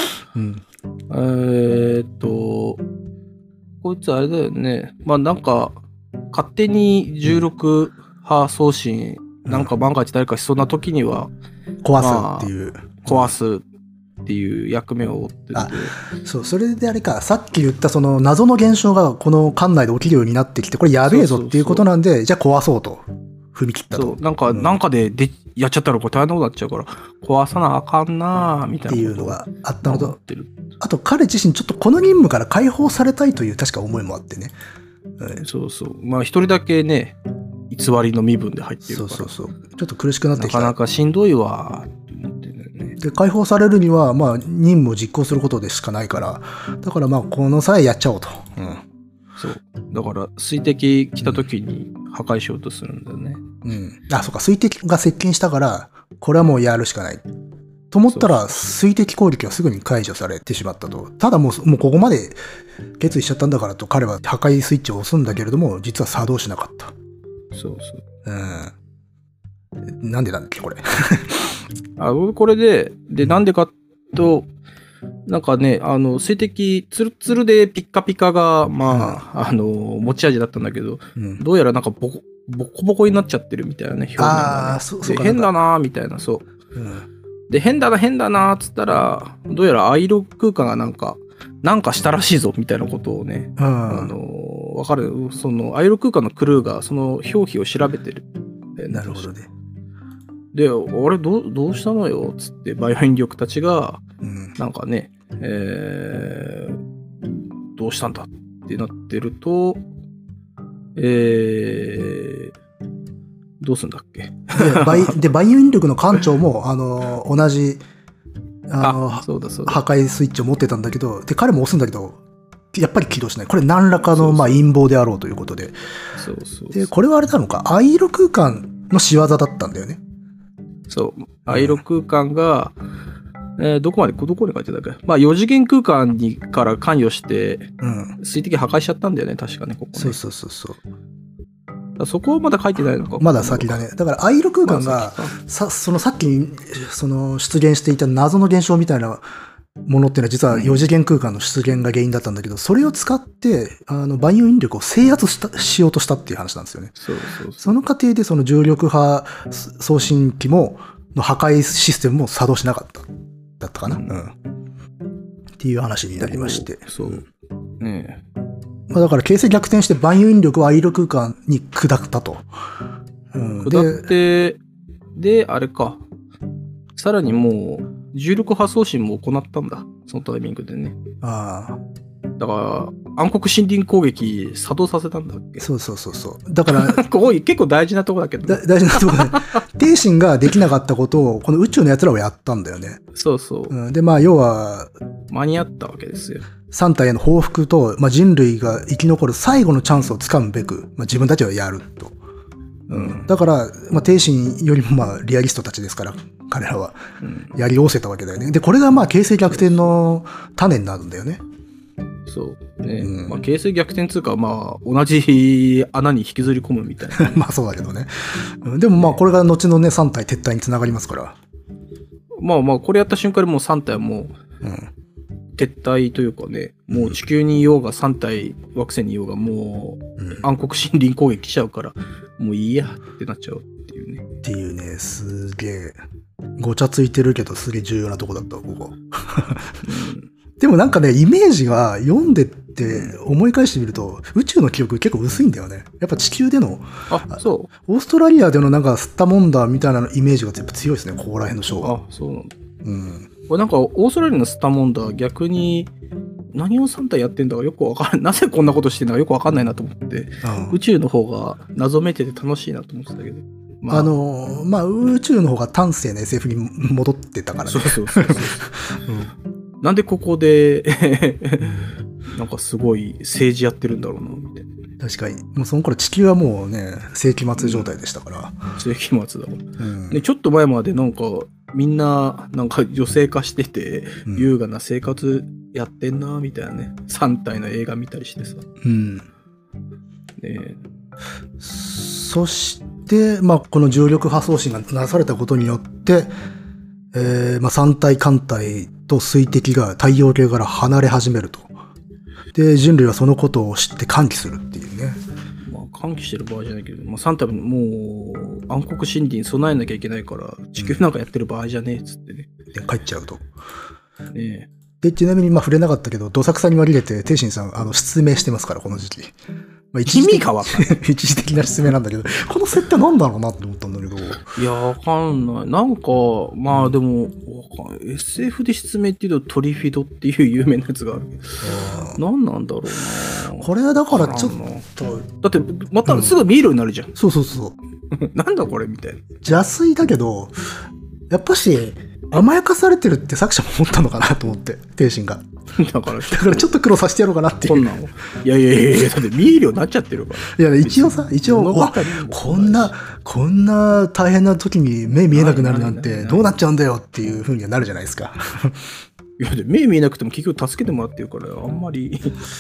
こいつあれだよね。まあなんか、勝手に16波送信、なんか万が一誰かしそうな時には、 壊すっていう。 壊すっていう役目を負ってて。 そう、それであれか、さっき言ったその謎の現象がこの館内で起きるようになってきて、これやべえぞっていうことなんで、じゃあ壊そうと。踏み切ったと。 そう、なんかでやっちゃったらこれ大変なことになっちゃうから、壊さなあかんなぁ、みたいな。 っていうのがあったのと、あと彼自身ちょっとこの任務から解放されたいという確か思いもあってね。 そうそう。まあ一人だけね、偽りの身分で入ってるから。 そう。ちょっと苦しくなってきた。 なかなかしんどいわって思ってるね。 で、解放されるには、まあ任務を実行することでしかないから、だからまあこの際やっちゃおうと。 そう。だから水滴来た時に破壊しようとするんだよね。 そうか、水滴が接近したから、これはもうやるしかない。と思ったら、水滴攻撃はすぐに解除されてしまったと。ただもうここまで決意しちゃったんだからと、彼は破壊スイッチを押すんだけれども、実は作動しなかった。 そう。 なんでなんだっけ、これ。 これで、なんでかと、なんかね、水滴、ツルツルでピッカピカが、まあ、持ち味だったんだけど、どうやらなんかボコボコになっちゃってるみたいなね、表面がね。そう変だなみたいな、そう。で、変だなっつったら、どうやらアイロ空間がなんかしたらしいぞ、みたいなことをね、わかる。その、アイロ空間のクルーが、その表記を調べてる。 なるほどね。 で、俺どうしたのよつってバイオ引力たちが、なんかね、どうしたんだってなってると、どうすんだっけで、バイオ引力の艦長も、同じ、 そうだ破壊スイッチを持ってたんだけど、で、彼も押すんだけど、やっぱり起動しない。これ何らかの陰謀であろうということで。で、これはあれなのか、アイロ空間の仕業だったんだよね。 そう。アイロ空間が、どこに書いてたっけ？まあ、4次元空間から関与して、水滴破壊しちゃったんだよね、確かね、ここね。 そう。 そこはまだ書いてないのか。 まだ先だね。だから、アイロ空間が、さっきに、出現していた謎の現象みたいなものっていうのは、実は4次元空間の出現が原因だったんだけど、それを使って、万有引力を制圧しようとしたっていう話なんですよね。 そう。 その過程で、その重力波送信機の破壊システムも作動しなかった。だったかな、っていう話になりまして。 そう。ねえ。 まあだから形勢逆転して万有引力はアイロ空間に砕ったと。 砕って、で、あれか。さらにもう、重力波送信も行ったんだ。そのタイミングでね。だから、暗黒森林攻撃作動させたんだっけ？ そう。だから、 ここ結構大事なとこだけど、ね。 大事なとこだね。帝心ができなかったことを、この宇宙の奴らはやったんだよね。 そう。 で、まあ、要は、 間に合ったわけですよ。 3体への報復と、まあ、人類が生き残る最後のチャンスをつかむべく、まあ、自分たちはやると。 だから、まあ、帝神よりもまあ、リアリストたちですから、彼らは、やりおせたわけだよね。で、これがまあ、形勢逆転の種になるんだよね。 そうね。まあ、形勢逆転つうか、まあ、同じ穴に引きずり込むみたいな。 まあ、そうだけどね。でもまあ、これが後のね、3体撤退につながりますから。 まあまあ、これやった瞬間にもう3体はもう、撤退というかね、もう地球にいようが3体惑星にいようがもう暗黒森林攻撃しちゃうから、もういいやってなっちゃうっていうね。 っていうね、すげえ、ごちゃついてるけどすげえ重要なとこだった、ここ。でもなんかね、イメージが読んでって思い返してみると、宇宙の記憶結構薄いんだよね。やっぱ地球での、 そう。 オーストラリアでのなんか吸ったもんだみたいなイメージがやっぱ強いですね、ここら辺の章は。 そうなんだ。これなんかオーストラリアのスタモンダー逆に何を3体やってんだかよくわからん。なぜこんなことしてんだかよくわかんないなと思って、宇宙の方が謎めいてて楽しいなと思ってたけど。まあ宇宙の方が端正な SF に戻ってたからね。 そう。なんでここでなんかすごい政治やってるんだろうな、みたいな。 確かに。もうその頃地球はもうね、世紀末状態でしたから。 世紀末だから。で、ちょっと前までなんか、みんな、なんか女性化してて、優雅な生活やってんな、みたいなね。3体の映画見たりしてさ。 そして、まあ、この重力波送信がなされたことによって、まあ、3体艦隊と水滴が太陽系から離れ始めると。で、人類はそのことを知って歓喜するっていうね。 まあ、歓喜してる場合じゃないけど、まあ、3体もう暗黒森林に備えなきゃいけないから、地球なんかやってる場合じゃねえっつってね。 で、帰っちゃうと。で、ちなみに、まあ、触れなかったけど、どさくさに紛れて、帝神さん、失明してますから、この時期。まあ、 意味がわかんない。 一時的な失明なんだけど、この設定なんだろうなって思ったんだけど。 いや、わかんない。なんか、まあでも、SF で失明っていうとトリフィドっていう有名なやつがあるけど。何なんだろうな。 これはだからちょっと。 だって、またすぐ見えるようになるじゃん。 そう。 なんだこれみたいな。 邪推だけど、やっぱし、甘やかされてるって作者も思ったのかなと思って、帝神が。 だからちょっと苦労させてやろうかなっていう。 こんなんを。いや、だって見えるようになっちゃってるから。 いや、一応、こんな大変な時に目見えなくなるなんてどうなっちゃうんだよっていう風にはなるじゃないですか。 いや、目見えなくても結局助けてもらってるから、あんまり。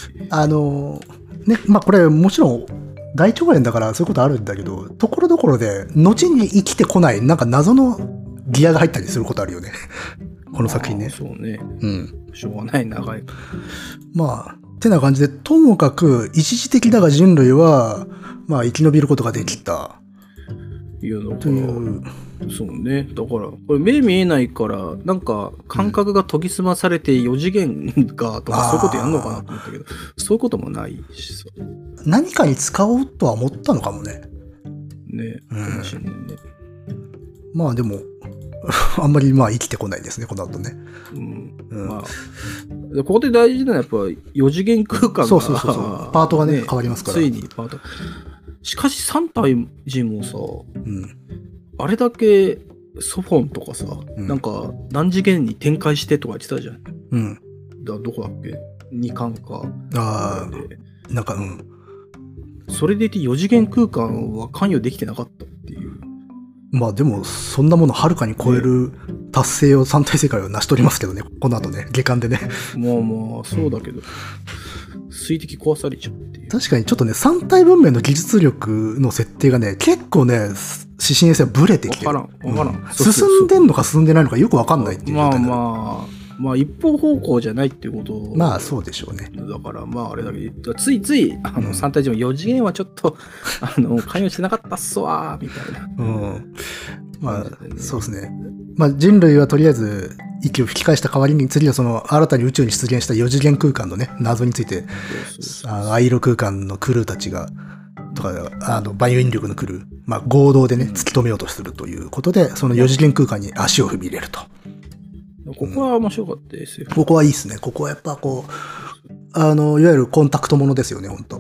ね、まあこれもちろん、大腸炎だからそういうことあるんだけど、ところどころで、後に生きてこない、なんか謎のギアが入ったりすることあるよね。この作品ね。 そうね。しょうがない、長い。 まあ、ってな感じで、ともかく、一時的だが人類は、まあ、生き延びることができた。 いや、だから、そうね。だから、これ目見えないから、なんか、感覚が研ぎ澄まされて4次元が、とか、そういうことやんのかなと思ったけど、そういうこともないしさ。 何かに使おうとは思ったのかもね。 ね。かもしれないね。 まあでも、あんまりまあ生きてこないですね、この後ね。 まあ、ここで大事なのはやっぱ4次元空間が。 そう。パートがね、変わりますから。 ついにパート。しかし3体人もさ、あれだけソフォンとかさ、なんか何次元に展開してとか言ってたじゃん。どこだっけ ?2 巻か。 なんか、 それでいて4次元空間は関与できてなかったっていう。 まあでも、そんなものはるかに超える達成を三体世界は成し遂げますけどね、この後ね、下巻でね。 まあ、そうだけど、水滴壊されちゃうっていう。 確かにちょっとね、三体文明の技術力の設定がね、結構ね、指針衛星はブレてきてる。 わからん。 進んでんのか進んでないのかよくわかんないっていう状態になる。 まあ一方方向じゃないっていうこと。 まあそうでしょうね。 だからまああれだけど、つい三体人も4次元はちょっと関与してなかったっすわーみたいな。 まあそうですね。まあ人類はとりあえず息を吹き返した代わりに、次はその新たに宇宙に出現した4次元空間のね、謎について、藍色空間のクルーたちが、とか、万有引力のクルー、まあ合同でね、突き止めようとするということで、その4次元空間に足を踏み入れると。 ここは面白かったですよ。 ここはいいですね。ここはやっぱこう、いわゆるコンタクトものですよね、本当。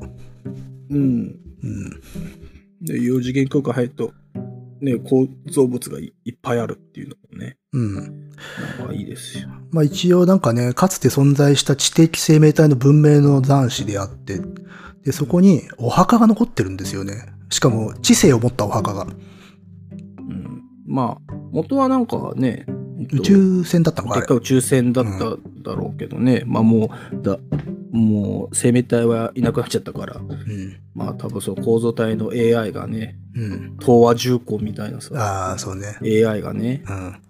で、4次元空間入ると、ね、構造物がいっぱいあるっていうのもね。なんかいいですよ。 まあ一応なんかね、かつて存在した知的生命体の文明の残滓であって、で、そこにお墓が残ってるんですよね。 しかも知性を持ったお墓が。 まあ、元はなんかね、 宇宙船だったのか、 でっかい宇宙船だっただろうけどね、まあもう生命体はいなくなっちゃったから、まあ多分構造体の AI がね、東和重工みたいなさ、 そうね、 AI がね、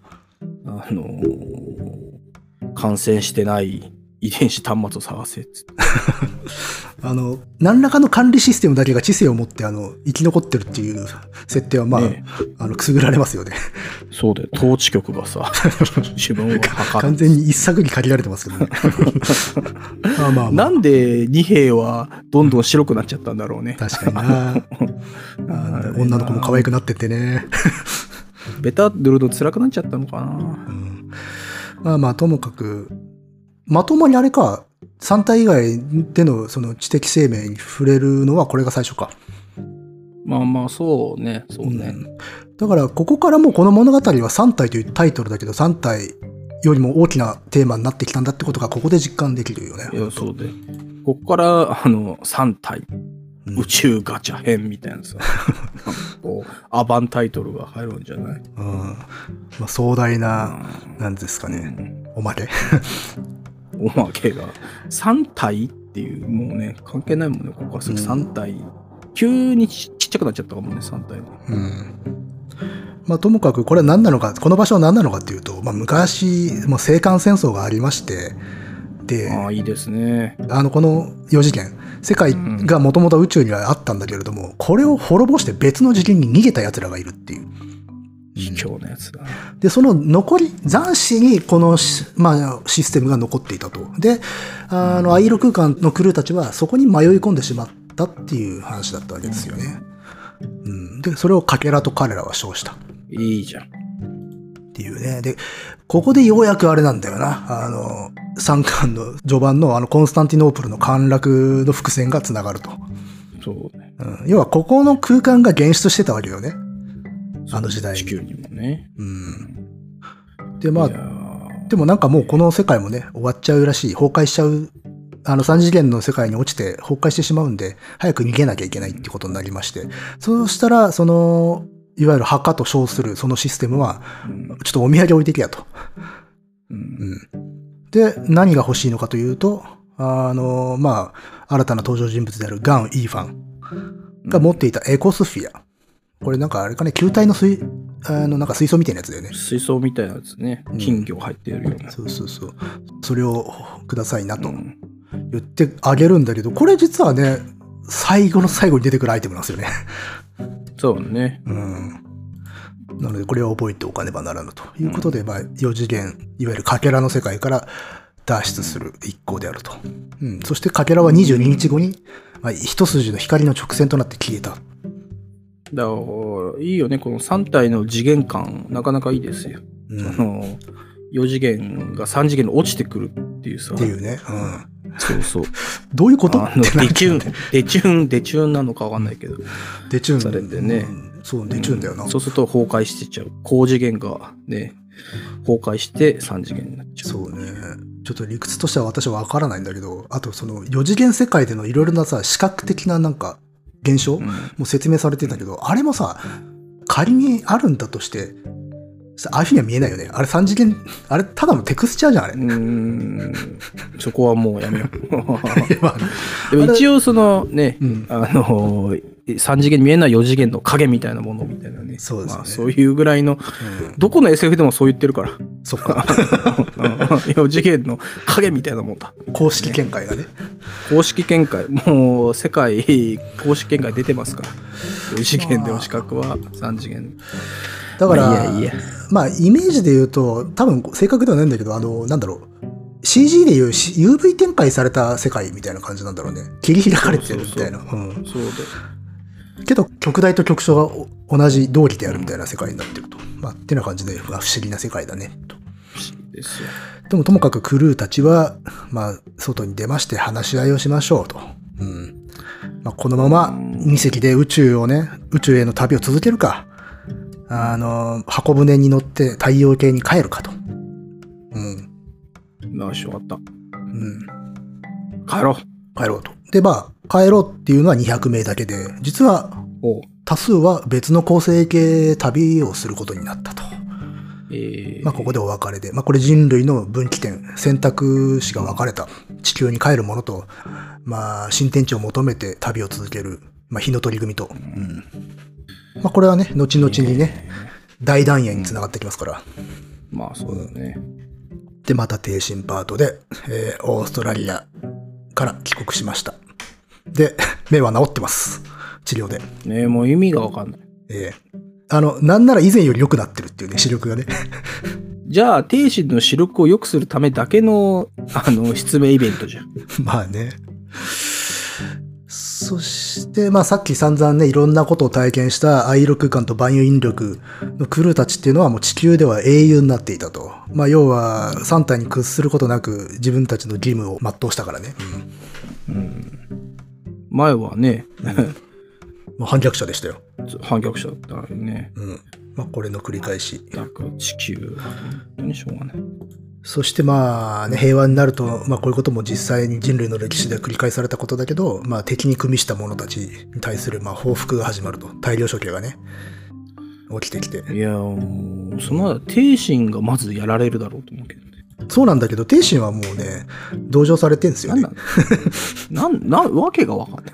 感染してない遺伝子端末を探せっつって何らかの管理システムだけが知性を持って生き残ってるっていう設定はまあ、くすぐられますよね。 そうだよ、統治局がさ自分を測る完全に一作に限られてますけどね。 なんで二兵はどんどん白くなっちゃったんだろうね。 確かにな女の子も可愛くなってってねベタ塗るの辛くなっちゃったのかな。 まあともかくまともにあれか、3体以外でのその知的生命に触れるのはこれが最初か。 まあまあ、そうね。 だから、ここからもうこの物語は3体というタイトルだけど、3体よりも大きなテーマになってきたんだってことがここで実感できるよね。 いや、そうで。ここから3体、宇宙ガチャ編みたいなさ、アバンタイトルが入るんじゃない？ まあ、壮大な、なんですかね、おまけおまけが3体っていう、もうね関係ないもんね。ここからすぐ3体、急にちっちゃくなっちゃったかもね、3体。 まあともかくこれは何なのか、この場所は何なのかっていうと、まあ昔もう青函戦争がありまして、で、 いいですね。 この4次元世界がもともと宇宙にはあったんだけれども、これを滅ぼして別の次元に逃げた奴らがいるっていう。 卑怯なやつだ。 で、その残り、残死にこのまあ、システムが残っていたと。で、アイロ空間のクルーたちはそこに迷い込んでしまったっていう話だったわけですよね。で、それをカケラと彼らは称した。 いいじゃん。 っていうね。で、ここでようやくあれなんだよな。3巻の序盤のコンスタンティノープルの陥落の伏線がつながると。 そうね。 要はここの空間が現出してたわけよね。あの時代に。 地球にもね。 で、まあ、でもなんかもうこの世界もね、終わっちゃうらしい。崩壊しちゃう。3次元の世界に落ちて崩壊してしまうんで、早く逃げなきゃいけないってことになりまして。そうしたら、いわゆる墓と称するそのシステムは、ちょっとお土産置いてけやと。で、何が欲しいのかというと、まあ、新たな登場人物であるガン・イーファンが持っていたエコスフィア。これなんかあれかね、球体のなんか水槽みたいなやつだよね。 水槽みたいなやつね。金魚入ってるような。 そう。それをくださいなと言ってあげるんだけど、これ実はね、最後の最後に出てくるアイテムなんですよね。 そうね。 なのでこれを覚えておかねばならぬということで、まあ4次元、いわゆるカケラの世界から脱出する一行であると。そしてカケラは22日後に、まあ、一筋の光の直線となって消えた。 だからいいよね、この3体の次元感、なかなかいいですよ。4次元が3次元に落ちてくるっていうさ。 っていうね。 そう。 どういうことデチューンなのかわかんないけど。 デチューンされてね。 そう、デチューンだよな。 そうすると崩壊してっちゃう。高次元がね、崩壊して3次元になっちゃう。 そうね。ちょっと理屈としては私はわからないんだけど、あとその4次元世界でのいろいろなさ、視覚的ななんか現象も説明されてたけど、あれもさ、仮にあるんだとして、ああいうふうには見えないよね。あれ3次元、あれただのテクスチャーじゃん、あれ。 そこはもうやめよう。でも一応そのね、3次元に見えない4次元の影みたいなものみたいなね。 そうですね。 まあ、そういうぐらいの、どこの SF でもそう言ってるから。 そっか。 4次元の影みたいなもんだ。 公式見解がね。 公式見解。もう世界公式見解出てますから。4次元での視覚は3次元。 だから、まあ、イメージで言うと、多分正確ではないんだけど、なんだろう。CG でいう UV 展開された世界みたいな感じなんだろうね。切り開かれてるみたいな。そうだ。けど、極大と極小が同じ同期であるみたいな世界になってると。まあ、ってな感じで、不思議な世界だね。と。 不思議ですよ。 でも、ともかくクルーたちは、まあ、外に出まして話し合いをしましょうと。まあ、このまま2隻で宇宙への旅を続けるか。箱舟に乗って太陽系に帰るかと。 よし、終わった。帰ろうと。で、まあ、帰ろうっていうのは200名だけで、実は多数は別の恒星系旅をすることになったと。まあここでお別れで、まあこれ人類の分岐点、選択肢が分かれた地球に帰るものと、まあ新天地を求めて旅を続ける、まあ火の鳥組と。まあこれはね、後々にね、大団円につながってきますから。 まあそうだね。 で、また挺身パートで、オーストラリアから帰国しました。で、目は治ってます。治療で。 ねえ、もう意味がわかんない。 なんなら以前より良くなってるっていうね、視力がね。 じゃあ、挺身の視力を良くするためだけの、失明イベントじゃん。 まあね。そして、まあさっき散々ね、いろんなことを体験した愛力感と万有引力のクルーたちっていうのはもう地球では英雄になっていたと。まあ要は、3体に屈することなく自分たちの義務を全うしたからね。 前はね、 もう反逆者でしたよ。 反逆者だったのにね。 まあこれの繰り返し。 なんか地球は本当にしょうがない。 そしてまあね、平和になると、まあこういうことも実際に人類の歴史で繰り返されたことだけど、まあ敵に組みした者たちに対するまあ報復が始まると。大量処刑がね、起きてきて。 いやもう、その挺身がまずやられるだろうと思うけどね。 そうなんだけど、挺身はもうね、同情されてんですよね。 わけがわかんない。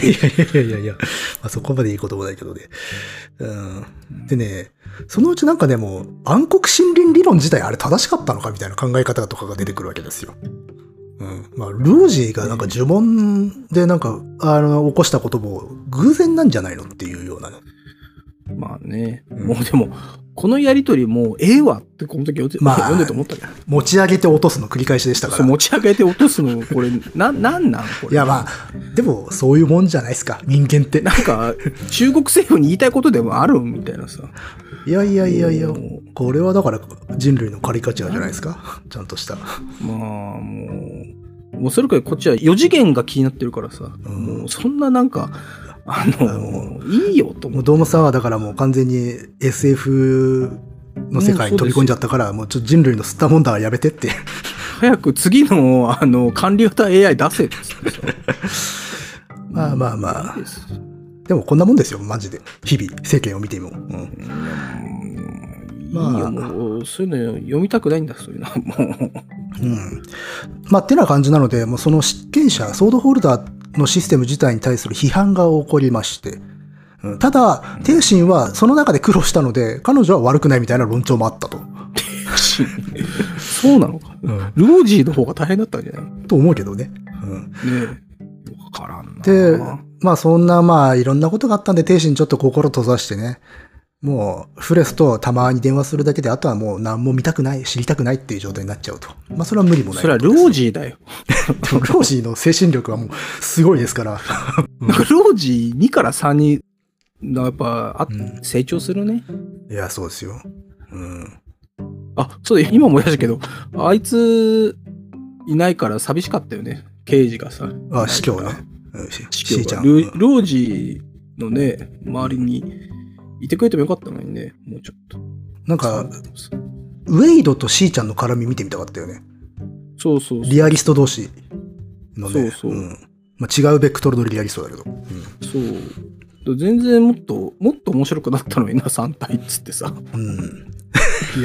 いや、まあ、そこまでいいこともないけどね。でね、そのうちなんかでも、暗黒森林理論自体あれ正しかったのかみたいな考え方とかが出てくるわけですよ。まあ、ルージーがなんか呪文でなんか、起こしたことも偶然なんじゃないのっていうようなね。 まあね、もうでも、このやりとりもうええわってこの時読んでて思ったけど。 持ち上げて落とすの繰り返しでしたから。 そう、持ち上げて落とすの、これ、なんなんこれ。 いやまあ、でもそういうもんじゃないですか、人間って。 なんか、中国政府に言いたいことでもあるみたいなさ。 いや、これはだから人類のカリカチュアじゃないですか。ちゃんとした。 まあ、もうそれからこっちは4次元が気になってるからさ、もうそんななんか、いいよと思う。 ドームさんはだからもう完全に SF の世界に飛び込んじゃったから、もうちょっと人類の吸ったもんだはやめてって。 早く次の、管理型 AI 出せってまあ。でもこんなもんですよ、マジで。日々、世間を見ても。 まあ、もうそういうの読みたくないんだ、そういうのはもう。 まあ、ってな感じなので、もうその執権者、ソードホルダーのシステム自体に対する批判が起こりまして、ただ、挺身はその中で苦労したので、彼女は悪くないみたいな論調もあったと。 そうなのか。ルージーの方が大変だったんじゃないと思うけどね。 ねえ。わからんな。 で、まあそんなまあいろんなことがあったんで、挺身ちょっと心閉ざしてね、もうフレスとたまに電話するだけで、あとはもう何も見たくない、知りたくないっていう状態になっちゃうと。まあそれは無理もない。 それはルージーだよ。 でもルージーの精神力はもうすごいですから。 ルージー2から3に、やっぱ、成長するね。 いや、そうですよ。 そうだ、今思い出したけど、あいついないから寂しかったよね。刑事がさ。 死去ね。 死去が。ルージーのね、周りにいてくれてもよかったのにね、もうちょっと。 なんか、ウェイドとシーちゃんの絡み見てみたかったよね。 そう。 リアリスト同士のね。 そう。 まあ、違うベクトルのリアリストだけど。 そう。全然もっと面白くなったのにな、3体っつってさ。 いや。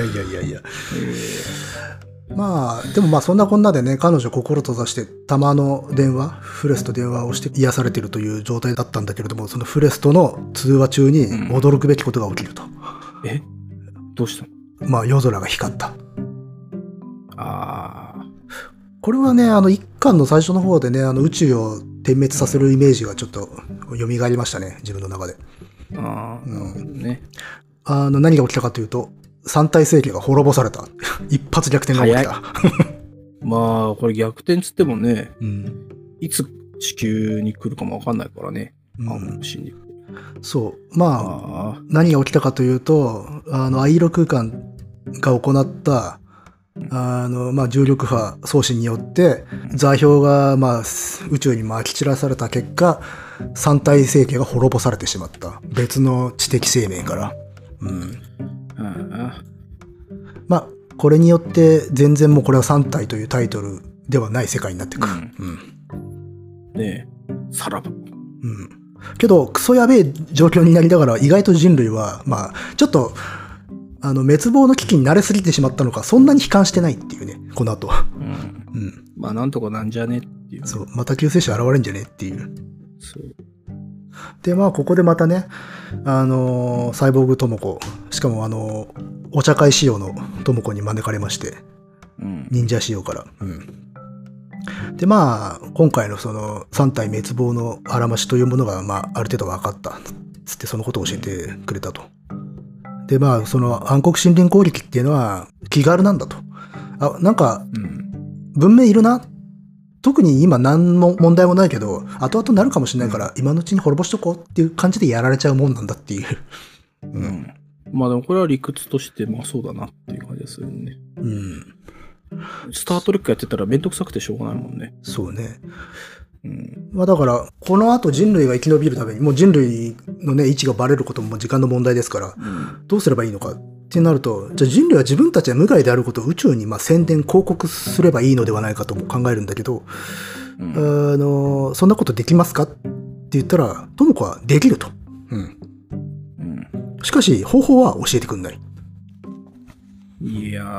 まあ、でもまあそんなこんなでね、彼女心閉ざして、たまの電話、フレスと電話をして癒されてるという状態だったんだけれども、そのフレスとの通話中に驚くべきことが起きると。 どうしたの？ まあ夜空が光った。これはね、一巻の最初の方でね、宇宙を点滅させるイメージがちょっと蘇りましたね、自分の中で。 ね。 何が起きたかというと、三体星系が滅ぼされた。一発逆転が起きた。 まあ、これ逆転つってもね、いつ地球に来るかもわかんないからね。 そう。まあ、何が起きたかというと、アイロ空間が行った、まあ、重力波送信によって、座標が、まあ、宇宙に撒き散らされた結果、三体星系が滅ぼされてしまった。別の知的生命から。まあ、これによって全然もうこれは3体というタイトルではない世界になってくる。 ねえ、さらば。 けど、クソやべえ状況になりながら、意外と人類は、まあ、ちょっと、滅亡の危機に慣れすぎてしまったのか、そんなに悲観してないっていうね、この後。 うん。まあ、なんとかなんじゃねっていう。 そう、また救世主現れんじゃねっていう。 そう。 で、まあ、ここでまたね、サイボーグ智子、しかもお茶会仕様の智子に招かれまして、忍者仕様から。で、まあ、今回のその3体滅亡のあらましというものが、まあ、ある程度分かった。つってそのことを教えてくれたと。で、まあ、その暗黒森林攻撃っていうのは気軽なんだと。なんか、文明いるな。特に今何も問題もないけど、後々なるかもしれないから、今のうちに滅ぼしとこうっていう感じでやられちゃうもんなんだっていう。 まあでもこれは理屈としてまあそうだなっていう感じですよね。スタートレックやってたらめんどくさくてしょうがないもんね。 そうね。まあだから、この後人類が生き延びるために、もう人類のね、位置がバレることも時間の問題ですから、どうすればいいのかってなると、じゃあ人類は自分たちは無害であることを宇宙にまあ宣伝、広告すればいいのではないかとも考えるんだけど、そんなことできますかって言ったら、智子はできると。しかし、方法は教えてくんない。 いや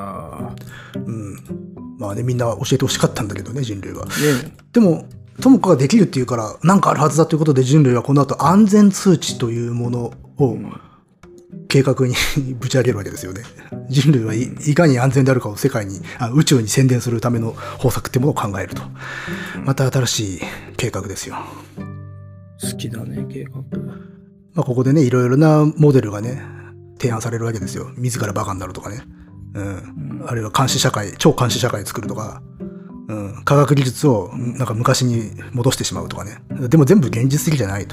まあね、みんな教えてほしかったんだけどね、人類は。でも、智子ができるっていうから、なんかあるはずだということで人類はこの後安全通知というものを計画にぶち上げるわけですよね。人類はいかに安全であるかを世界に、宇宙に宣伝するための方策ってものを考えると。また新しい計画ですよ。 好きだね、計画。 まあここでね、いろいろなモデルがね、提案されるわけですよ。自らバカになるとかね。あるいは監視社会、超監視社会作るとか。科学技術をなんか昔に戻してしまうとかね。でも全部現実的じゃないと。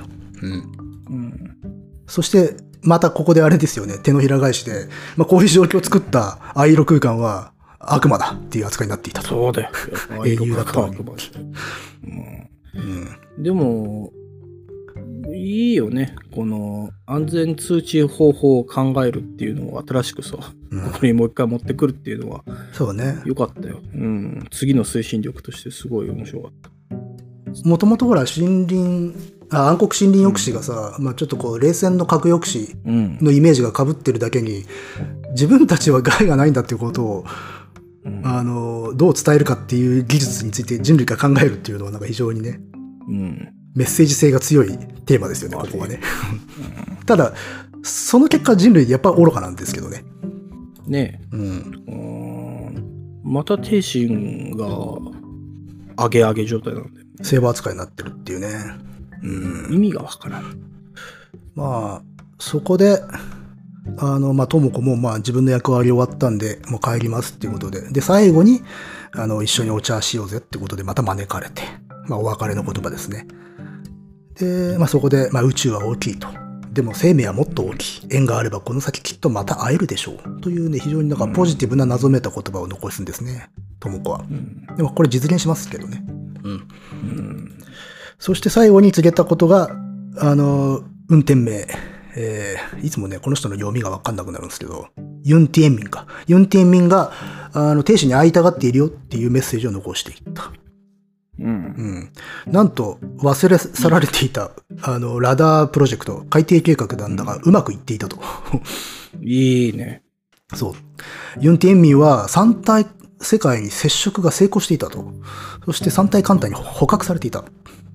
そして、またここであれですよね。手のひら返しで、まあこういう状況を作った藍色空間は悪魔だっていう扱いになっていたと。 そうだよ。 英雄だったのに。 でも、いいよね。この安全通知方法を考えるっていうのを新しくさ、ここにもう一回持ってくるっていうのは、 そうね。 よかったよ。次の推進力としてすごい面白かった。 もともとほら、暗黒森林抑止がさ、まあちょっとこう、冷戦の核抑止のイメージが被ってるだけに、自分たちは害がないんだっていうことを、どう伝えるかっていう技術について人類が考えるっていうのはなんか非常にね、メッセージ性が強いテーマですよね、ここはね。ただ、その結果人類やっぱ愚かなんですけどね。 ねまた帝神が上げ上げ状態なんで。 セーバー扱いになってるっていうね。 意味がわからん。 まあ、そこで、まあ、智子もまあ自分の役割終わったんで、もう帰りますっていうことで。で、最後に、一緒にお茶しようぜってことでまた招かれて。まあ、お別れの言葉ですね。で、まあそこで、まあ宇宙は大きいと。でも生命はもっと大きい。縁があればこの先きっとまた会えるでしょう。というね、非常になんかポジティブな謎めいた言葉を残すんですね。智子は。でもこれ実現しますけどね。そして最後に告げたことが、運転名。いつもね、この人の読みがわかんなくなるんですけど、ユン・ティエンミンか。ユン・ティエンミンが、亭主に会いたがっているよっていうメッセージを残していった。なんと、忘れ去られていた、ラダープロジェクト、海底計画なんだが、うまくいっていたと。 いいね。 そう。ユン・ティエンミンは三体世界に接触が成功していたと。そして三体艦隊に捕獲されていた。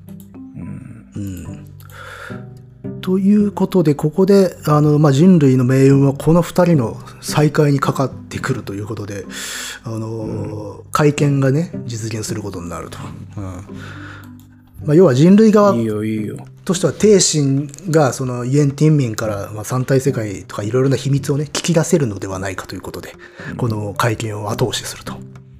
ということで、ここで、まあ、人類の命運はこの二人の再会にかかってくるということで、会見がね、実現することになると。まあ、要は人類側としては、帝神がそのユエン・ティンミンから、まあ、三体世界とかいろいろな秘密をね、聞き出せるのではないかということで、この会見を後押しすると。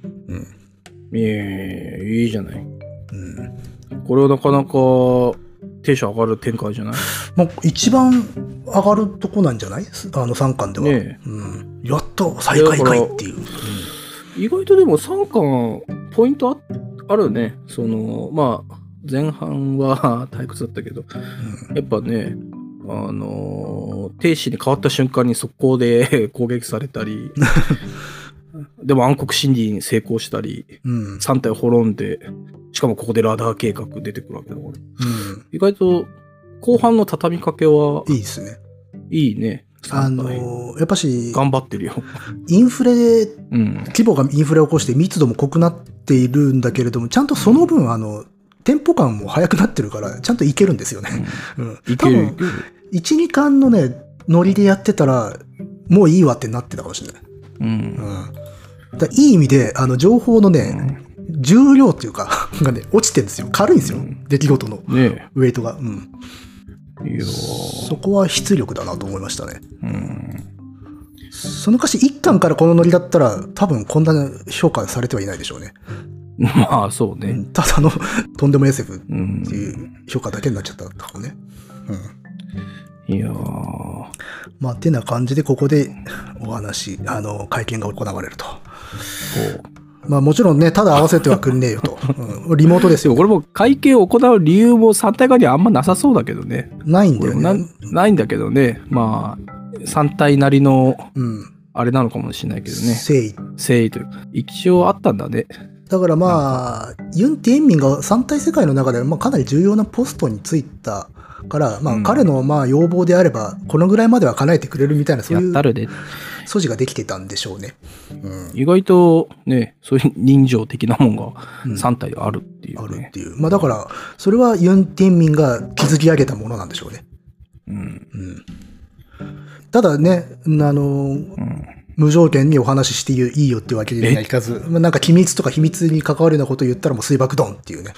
いいじゃない。これはなかなか、テンション上がる展開じゃない？ もう一番上がるとこなんじゃない？3巻では。やっと再開かいっていう。 意外とでも3巻、ポイントあるね。まあ、前半は退屈だったけど、やっぱね、停止に変わった瞬間に速攻で攻撃されたり、でも暗黒森林に成功したり、3体滅んで、しかもここでラダー計画出てくるわけだから、意外と後半の畳みかけはいいですね。 いいね。 やっぱし、 頑張ってるよ。 インフレ、規模がインフレを起こして密度も濃くなっているんだけれども、ちゃんとその分、テンポ感も速くなってるから、ちゃんといけるんですよね。 いける。 1、2巻のね、ノリでやってたら、もういいわってなってたかもしれない。いい意味で、情報のね、重量っていうか、がね、落ちてるんですよ。軽いんですよ。出来事のウェイトが。そこは出力だなと思いましたね。その歌詞1巻からこのノリだったら、多分こんな評価されてはいないでしょうね。 まあ、そうね。 ただのとんでも SF っていう評価だけになっちゃったかもね。 いやー。 まあ、てな感じで、ここでお話、会見が行われると。まあもちろんね、ただ合わせてはくんねえよと。リモートですよ。 これも会見を行う理由も3体側にはあんまなさそうだけどね。 ないんだよね。 ないんだけどね。まあ、3体なりの、あれなのかもしれないけどね。誠意というか。一応あったんだね。 だからまあ、ユン・ティエンミンが3体世界の中でかなり重要なポストについたから、まあ彼のまあ要望であれば、このぐらいまでは叶えてくれるみたいな、そういう素地ができてたんでしょうね。 意外とね、そういう人情的なもんが3体あるっていう、 あるっていう。まあだから、それはユン・ティエンミンが築き上げたものなんでしょうね。ただね、無条件にお話ししていいよってわけにはいかず、なんか機密とか秘密に関わるようなことを言ったらもう水爆ドンっていうね。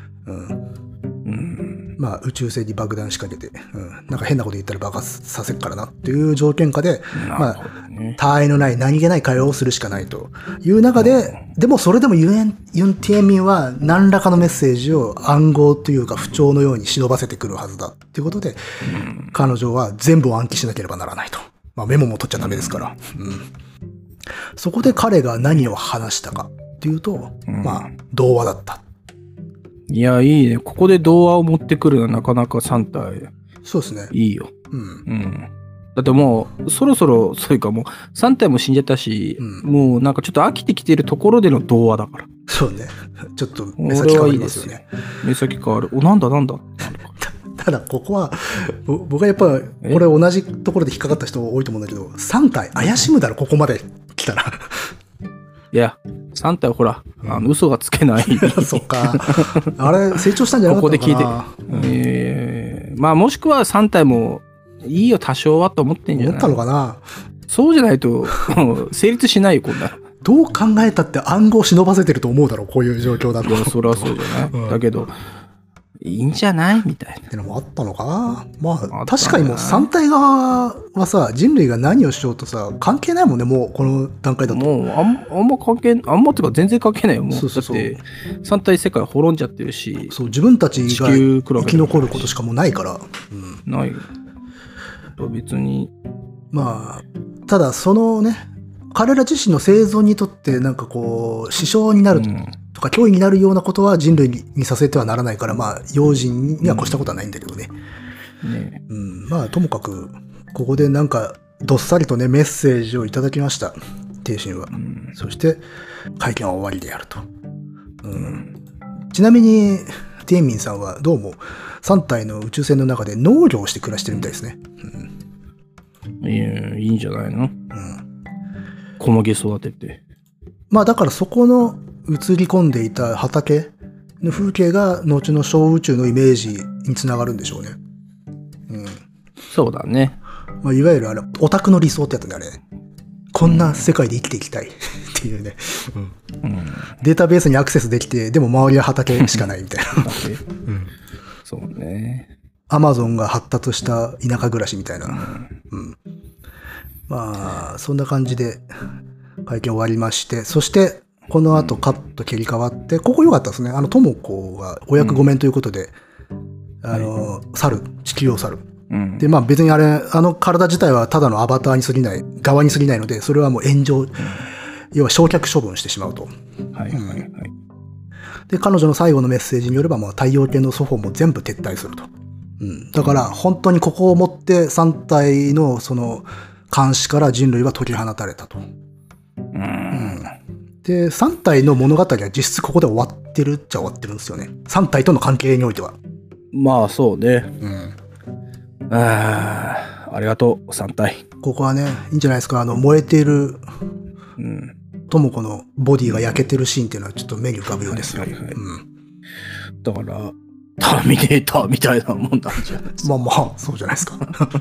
まあ宇宙船に爆弾仕掛けて、なんか変なこと言ったら爆発させっからなっていう条件下で、まあ、他愛のない何気ない会話をするしかないという中で、でもそれでもユン・ティエンミンは何らかのメッセージを暗号というか不調のように忍ばせてくるはずだっていうことで、彼女は全部を暗記しなければならないと。まあメモも取っちゃダメですから。そこで彼が何を話したかっていうと、まあ童話だった。 いや、いいね。ここで童話を持ってくるのはなかなか3体。 そうですね。 いいよ。だってもう、そろそろ、そういうかもう、3体も死んじゃったし、もうなんかちょっと飽きてきてるところでの童話だから。 そうね。ちょっと目先変わりますよね。 目先変わる。なんだ。 ただ、ここは、僕はやっぱ、これ同じところで引っかかった人多いと思うんだけど、3体怪しむだろ、ここまで来たら。 いや、3体ほら、嘘がつけない。 そっか。あれ、成長したんじゃなかったのかな。 ここで聞いて。まあ、もしくは3体も、いいよ、多少はと思ってんじゃない？ 思ったのかな。 そうじゃないと、成立しないよ、こんな。 どう考えたって暗号忍ばせてると思うだろう、こういう状況だと。 いや、そりゃそうじゃない。だけど、いいんじゃないみたいな。 ってのもあったのかな。まあ、確かにもう3体側はさ、人類が何をしようとさ、関係ないもんね、もうこの段階だと。 もう、あんま関係、あんまっていうか全然関係ないよ、もう。だって、3体世界滅んじゃってるし。 そう、自分たちが生き残ることしかもうないから。 ないよ。別に。 まあ、ただそのね、彼ら自身の生存にとってなんかこう、支障になるとか脅威になるようなことは人類にさせてはならないから、まあ、用心には越したことはないんだけどね。まあ、ともかく、ここでなんか、どっさりとね、メッセージをいただきました。帝神は。そして、会見は終わりであると。ちなみに、ティエンミンさんはどうも、3体の宇宙船の中で農業をして暮らしてるみたいですね。 いいんじゃないの？小麦育てて。 まあだからそこの映り込んでいた畑の風景が後の小宇宙のイメージにつながるんでしょうね。 そうだね。 まあ、いわゆるオタクの理想ってやつね、あれ。こんな世界で生きていきたいっていうね。データベースにアクセスできて、でも周りは畑しかないみたいな。 そうね。 アマゾンが発達した田舎暮らしみたいな。まあ、そんな感じで会見終わりまして、そして、この後カット切り替わって、ここ良かったですね。ともこがお役御免ということで、地球を去る。で、まあ別に体自体はただのアバターに過ぎない、側に過ぎないので、それはもう炎上、要は焼却処分してしまうと。で、彼女の最後のメッセージによれば、もう太陽系の祖父も全部撤退すると。だから、本当にここをもって3体のその監視から人類は解き放たれたと。で、3体の物語は実質ここで終わってるっちゃ終わってるんですよね。3体との関係においては。 まあそうね。 ありがとう、3体。 ここはね、いいんじゃないですか。燃えている、智子のボディが焼けてるシーンっていうのはちょっと目に浮かぶようですよ。 だから、ターミネーターみたいなもんなんじゃないですか。 まあ、そうじゃないですか。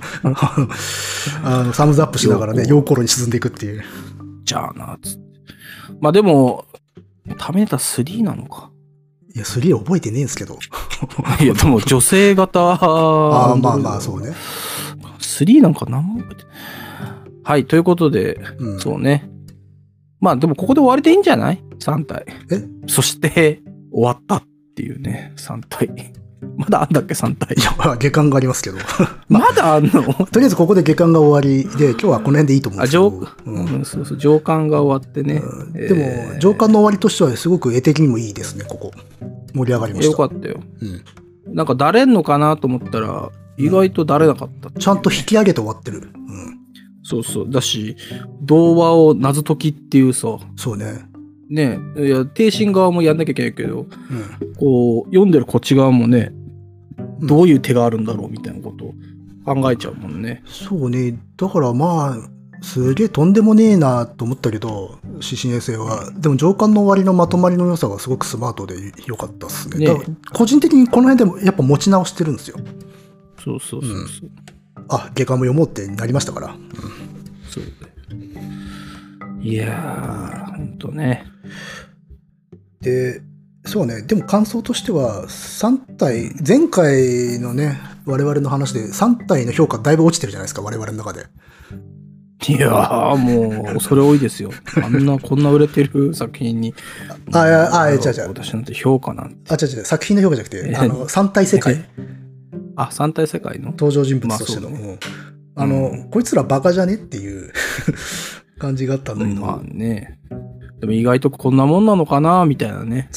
サムズアップしながらね、陽光炉に沈んでいくっていう。 じゃあな、つって。まあでも、ターミネーター3なのか。 いや、3覚えてねえんですけど。 いや、でも女性型。 まあ、そうね。 3なんか何も覚えてない。はい、ということで、そうね。まあでもここで終わりでいいんじゃない ?3 体。そして、終わったっていうね、3体。まだあんだっけ、3体。 いや、下巻がありますけど。 まだあんのとりあえずここで下巻が終わりで、今日はこの辺でいいと思うんですけど。 そう、上巻が終わってね。 でも、上巻の終わりとしてはすごく絵的にもいいですね、ここ。盛り上がりました。 よかったよ。なんかだれんのかなと思ったら、意外とだれなかった、 ちゃんと引き上げて終わってる。 そうそう。だし、童話を謎解きっていうさ。 そうね。 ねいや、挺身側もやんなきゃいけないけど、こう、読んでるこっち側もね、どういう手があるんだろうみたいなことを考えちゃうもんね。 そうね。だからまあ、すげえとんでもねえなと思ったけど、指針衛星は。でも上巻の終わりのまとまりの良さがすごくスマートで良かったっすね。個人的にこの辺でもやっぱ持ち直してるんですよ。 そう。 下巻も読もうってなりましたから。 そういやー、ほんとね。 で、そうね。でも感想としては、3体、前回のね、我々の話で3体の評価だいぶ落ちてるじゃないですか、我々の中で。 いやー、もう、恐れ多いですよ。こんな売れてる作品に。 私なんて評価なんて。 作品の評価じゃなくて、3体世界。 3体世界の登場人物としての。こいつらバカじゃねっていう感じがあったんだけど。 まあね。でも意外とこんなもんなのかなみたいなね。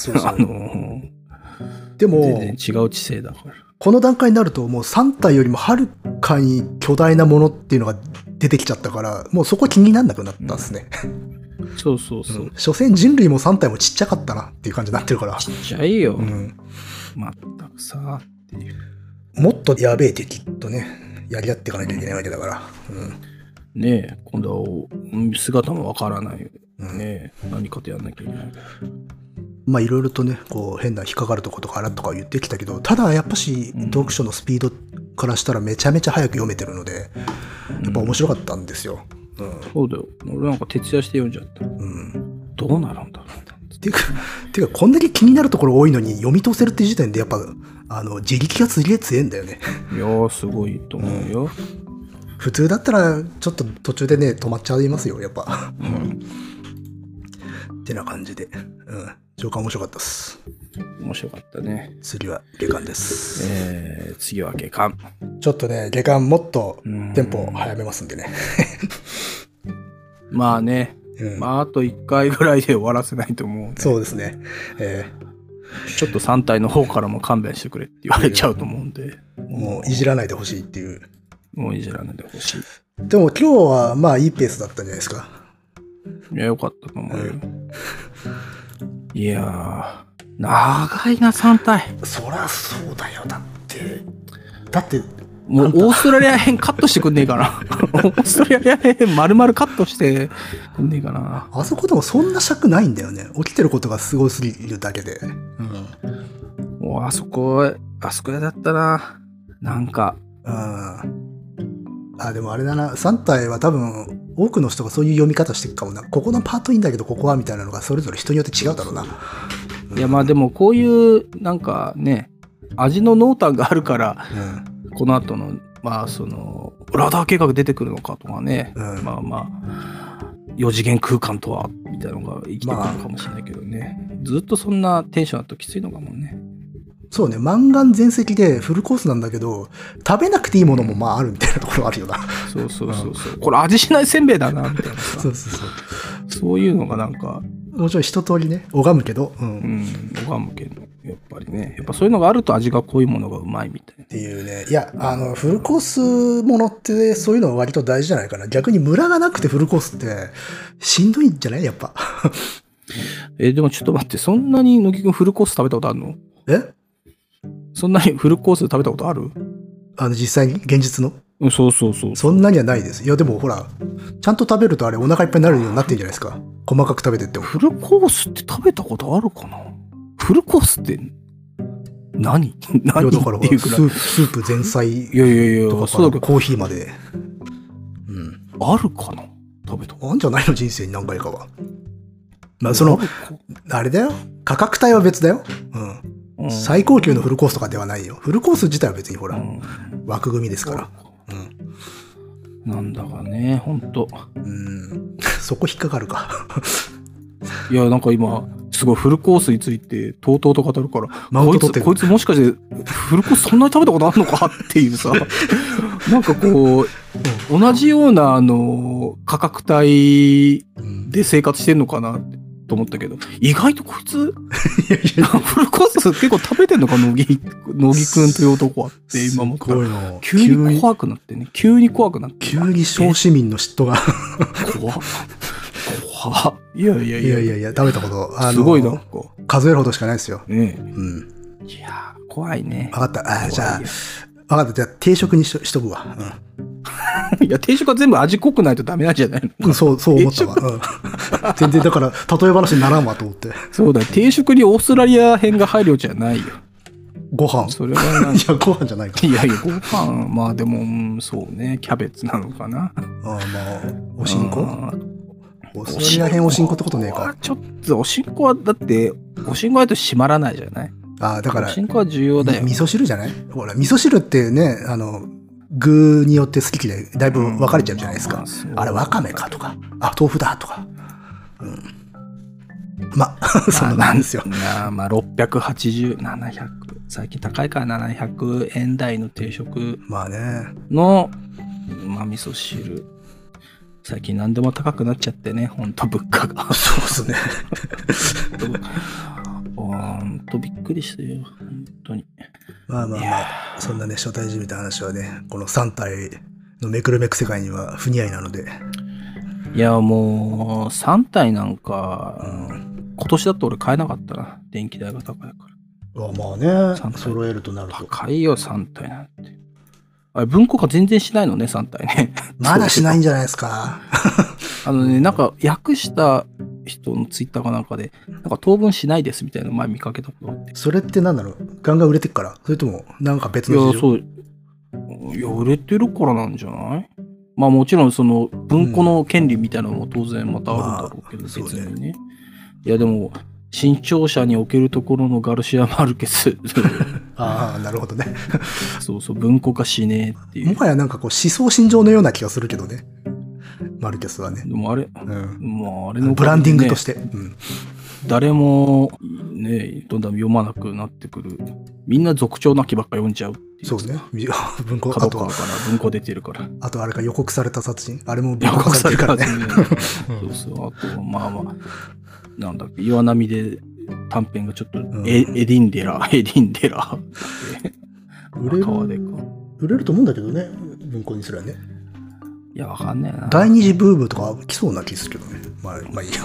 でも、全然違う知性だから。 この段階になるともう3体よりもはるかに巨大なものっていうのが出てきちゃったから、もうそこ気にならなくなったんですね。 そう。 所詮人類も3体もちっちゃかったなっていう感じになってるから。 ちっちゃいよ。まったくさっていう。 もっとやべえ敵とね、やり合っていかなきゃいけないわけだから。 ねえ、今度は姿もわからない。ねえ、何かとやんなきゃいけない。 まあいろいろとね、こう変な引っかかるとことかあらとか言ってきたけど、ただやっぱし読書のスピードからしたらめちゃめちゃ早く読めてるので、やっぱ面白かったんですよ。 そうだよ。俺なんか徹夜して読んじゃった。どうなるんだろう。 てかこんだけ気になるところ多いのに読み通せるって時点でやっぱ自力がすげえ強いんだよね。 いやーすごいと思うよ。 普通だったらちょっと途中でね止まっちゃいますよやっぱ。ってな感じで、上巻面白かったっす。 面白かったね。 次は下巻です。 次は下巻。 ちょっとね下巻もっとテンポ早めますんでね。 まあね。まああと1回ぐらいで終わらせないと思う、ね。 そうですね。 ちょっと3体の方からも勘弁してくれって言われちゃうと思うんで。 もういじらないでほしいっていう。 もういじらないでほしい。 でも今日はまあいいペースだったんじゃないですか。 いや、よかったと思うよ。いやー、長いな、3体。 そりゃそうだよ。だってもうオーストラリア編カットしてくんねえかな。オーストラリア編丸々カットしてくんねえかな。 あそこでもそんな尺ないんだよね。起きてることがすごすぎるだけで。 もうあそこだったな。なんか。 でもあれだな。3体は多分多くの人がそういう読み方してるかもな。ここのパートいいんだけどここはみたいなのがそれぞれ人によって違うだろうな。 いやまあでもこういうなんかね、味の濃淡があるから、この後のまあそのラダー計画出てくるのかとかね、まあ4次元空間とはみたいなのが生きてくるかもしれないけどね、ずっとそんなテンションだときついのかもね。 そうね、満願全席でフルコースなんだけど食べなくていいものもまああるみたいなところあるよな。 そう、これ味しないせんべいだなみたいなさ。そういうのがなんかもちろん一通りね拝むけど、 拝むけどやっぱりね、やっぱそういうのがあると味が濃いものがうまいみたいなっていうね。いやフルコースものってそういうのは割と大事じゃないかな。逆にムラがなくてフルコースってしんどいんじゃないやっぱ。 でもちょっと待って、そんなに乃木くんフルコース食べたことあるの？そんなにフルコース食べたことある？ 実際に現実の。 そうそうそう。 そんなにはないです。いや、でもほら、ちゃんと食べるとあれお腹いっぱいになるようになってるじゃないですか。細かく食べてっても。 フルコースって食べたことあるかな？フルコースって何いや、だからスープ前菜とかそうだけどコーヒーまで。 あるかな？食べた。 あんじゃないの？人生に何回かは。まあ、あれだよ。価格帯は別だよ。最高級のフルコースとかではないよ。フルコース自体は別にほら、枠組みですから。 なんだかね、ほんと。 そこ引っかかるか。 いや、なんか今、すごいフルコースについて、とうとうと語るから、こいつもしかして、フルコースそんなに食べたことあるのかっていうさ、なんかこう、同じような、価格帯で生活してんのかなってと思ったけど、意外とこいつ、フルコース結構食べてんのか、乃木くんという男はって今思ったら、急に怖くなってね、急に小市民の嫉妬が。 怖っ。いや、 食べたこと、 すごいなんか。 数えるほどしかないですよ。 いや、怖いね。 わかった。じゃあ、定食にしとくわ。 いや、定食は全部味濃くないとダメなんじゃないの？ そう思ったわ。全然だから、例え話にならんわと思って。 そうだ、定食にオーストラリア編が入るようじゃないよ。 ご飯。 それはなんか。 いや、ご飯じゃないか。 いや、ご飯、まあでも、そうね、キャベツなのかな。 まあ、おしんこ？オーストラリア編おしんこってことねえか。 ちょっと、おしんこは、だって、おしんこだと閉まらないじゃない？ だから、 おしんこは重要だよ。 味噌汁じゃない？ほら、味噌汁ってね、具によって好き嫌いだいぶ分かれちゃうじゃないですか。あれ、わかめかとか、豆腐だとか。そんなんですよ。 まあ、680、700。最近高いから700円台の定食の、味噌汁。最近何でも高くなっちゃってね、ほんと物価が。 そうですね。 ほんとびっくりしたよ、本当に。 まあ、そんなね、初対じみた話はね、この3体のめくるめく世界には不似合いなので。 いや、もう、3体なんか、今年だと俺買えなかったな。電気代が高いから。 まあね、揃えるとなると。 高いよ、3体なんて。あれ、文庫化全然しないのね、3体ね。 まだしないんじゃないですか。 なんか、訳した人のツイッターかなんかで、なんか当分しないですみたいなの前見かけたことあって。 それって何だろう？ガンガン売れてっから？それとも、なんか別の事情？ いや、売れてるからなんじゃない？まあもちろんその文庫の権利みたいなのも当然またあるんだろうけど、別にね。いやでも、新潮社におけるところのガルシア・マルケス。 なるほどね。 そう、文庫化しねえっていう。 もはやなんかこう思想信条のような気がするけどね。マルケスはね。 でもあれ、まああれの、 ブランディングとして。 誰もね、どんどん読まなくなってくる。みんな続調なきばっか読んじゃうっていう。 そうね。文庫、 角川から文庫出てるから。 あとあれか予告された殺人。あれも文庫されてるからね。 そう。あと、まあ。なんだっけ、岩波で短編がちょっと、エディンデラ。 売れると思うんだけどね。文庫にすればね。 いや、わかんねえな。 第二次ブームとか来そうな気するけどね。まあいいや。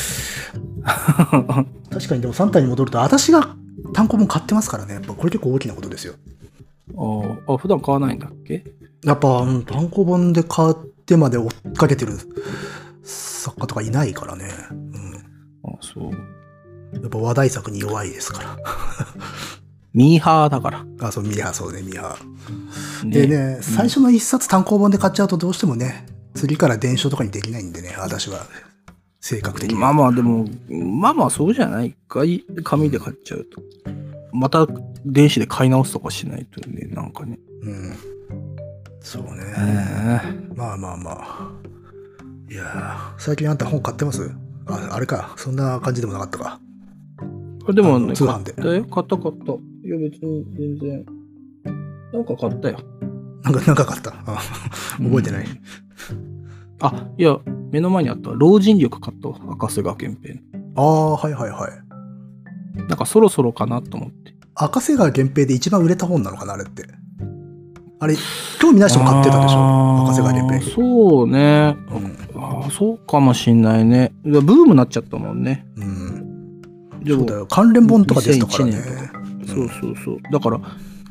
確かにでも3体に戻ると、私が単行本買ってますからね。やっぱこれ結構大きなことですよ。 普段買わないんだっけ？ やっぱ、単行本で買ってまで追っかけてる作家とかいないからね。 そう。 やっぱ話題作に弱いですから。 ミーハーだから。 そう、ミーハー、そうね、ミーハー。でね、最初の一冊単行本で買っちゃうとどうしてもね、次から伝承とかにできないんでね、私は。性格的に。 まあでも、そうじゃないか。紙で買っちゃうと。また電子で買い直すとかしないとね、なんかね。 そうね。まあ。いや最近あんた本買ってます？あれか。そんな感じでもなかったか。 でもね、 通販で。 買った。いや別に全然。なんか買ったよ。 なんか買った。覚えてない。 いや、目の前にあった老人力買ったわ。赤瀬川源平。 はい。 なんかそろそろかなと思って。 赤瀬川源平で一番売れた本なのかな、あれって。あれ、興味ない人も買ってたでしょ、赤瀬川源平。 そうね。そうかもしんないね。ブームになっちゃったもんね。 そうだよ。関連本とか出てたからね。 そう。だから、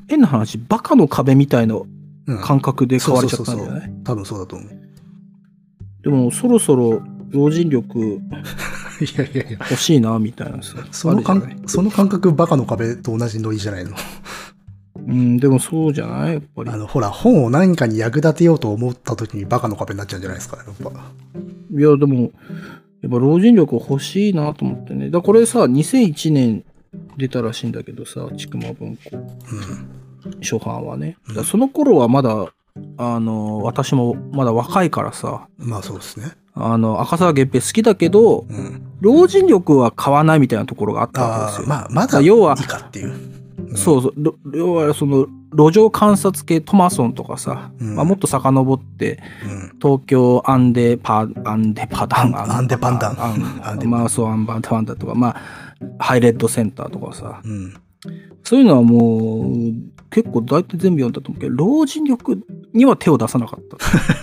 変な話、バカの壁みたいな感覚で買われちゃったんじゃない？ 多分そうだと思う。 でも、そろそろ老人力欲しいな、みたいなさ。 その感覚、バカの壁と同じノリじゃないの？ でもそうじゃないやっぱり。 ほら、本を何かに役立てようと思った時にバカの壁になっちゃうんじゃないですか、やっぱ。 いや、でも、やっぱ老人力欲しいなと思ってね。だからこれさ、2001年出たらしいんだけどさ、ちくま文庫。初版はね。だその頃はまだ、私もまだ若いからさ。 まあそうですね。 赤澤源平好きだけど、老人力は買わないみたいなところがあったわけですよ。 まだいいかっていう。 そうそう。要はその、路上観察系トマソンとかさ、もっと遡って、東京アンデパダン、 アンデパンダン。 アンデパンダンとか、ハイレッドセンターとかさ、そういうのはもう、結構大体全部読んだと思うけど、老人力には手を出さなかった。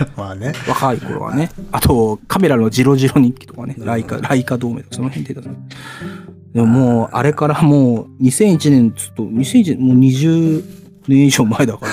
まあね。 若い頃はね。あと、カメラのジロジロ日記とかね、ライカ同盟とか、その辺手出さない。でももう、あれからもう、2001年、2001年、もう20年以上前だから、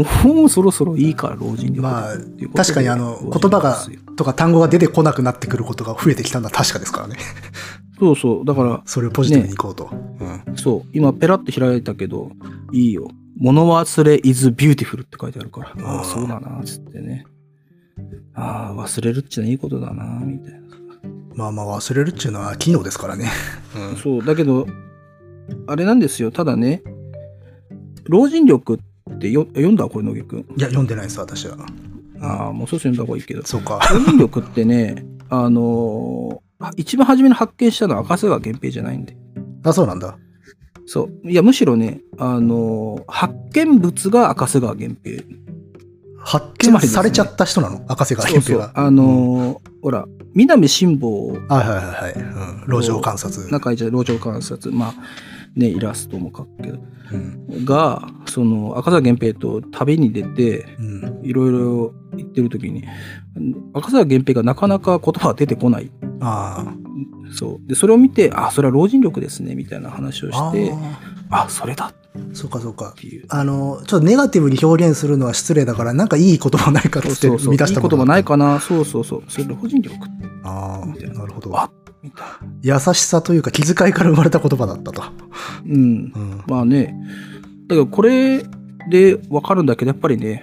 もうそろそろいいから、老人力。 まあ、確かに言葉が、とか単語が出てこなくなってくることが増えてきたのは確かですからね。 そうそう。だから、 それをポジティブにいこうと。 そう。今、ペラッと開いたけど、いいよ。物忘れ is beautiful って書いてあるから。ああ、そうだな、つってね。ああ、忘れるっちゃいいことだな、みたいな。 まあ忘れるっていうのは機能ですからね。 そう。だけど、あれなんですよ。ただね、老人力って読んだこれ、野木くん。いや、読んでないです、私は。 ああ、もうそう読んだ方がいいけど。 そうか。 老人力ってね、一番初めに発見したのは赤瀬川源平じゃないんで。 あ、そうなんだ。 そう。いや、むしろね、発見物が赤瀬川源平。 発見されちゃった人なの？赤瀬川源平が。 ほら、南辛坊。 はい。路上観察。 中井路上観察。ね、イラストも描くけど。が、その、赤瀬川源平と旅に出て、いろいろ言ってる時に、赤瀬川源平がなかなか言葉が出てこない。そう。で、それを見て、それは老人力ですね、みたいな話をして、それだ。 そうか。ちょっとネガティブに表現するのは失礼だから、なんかいい言葉ないかって見出したいい言葉ないかな。そう。それ老人力。 なるほど。みたいな。優しさというか気遣いから生まれた言葉だったと。 まあね。だけどこれでわかるんだけど、やっぱりね、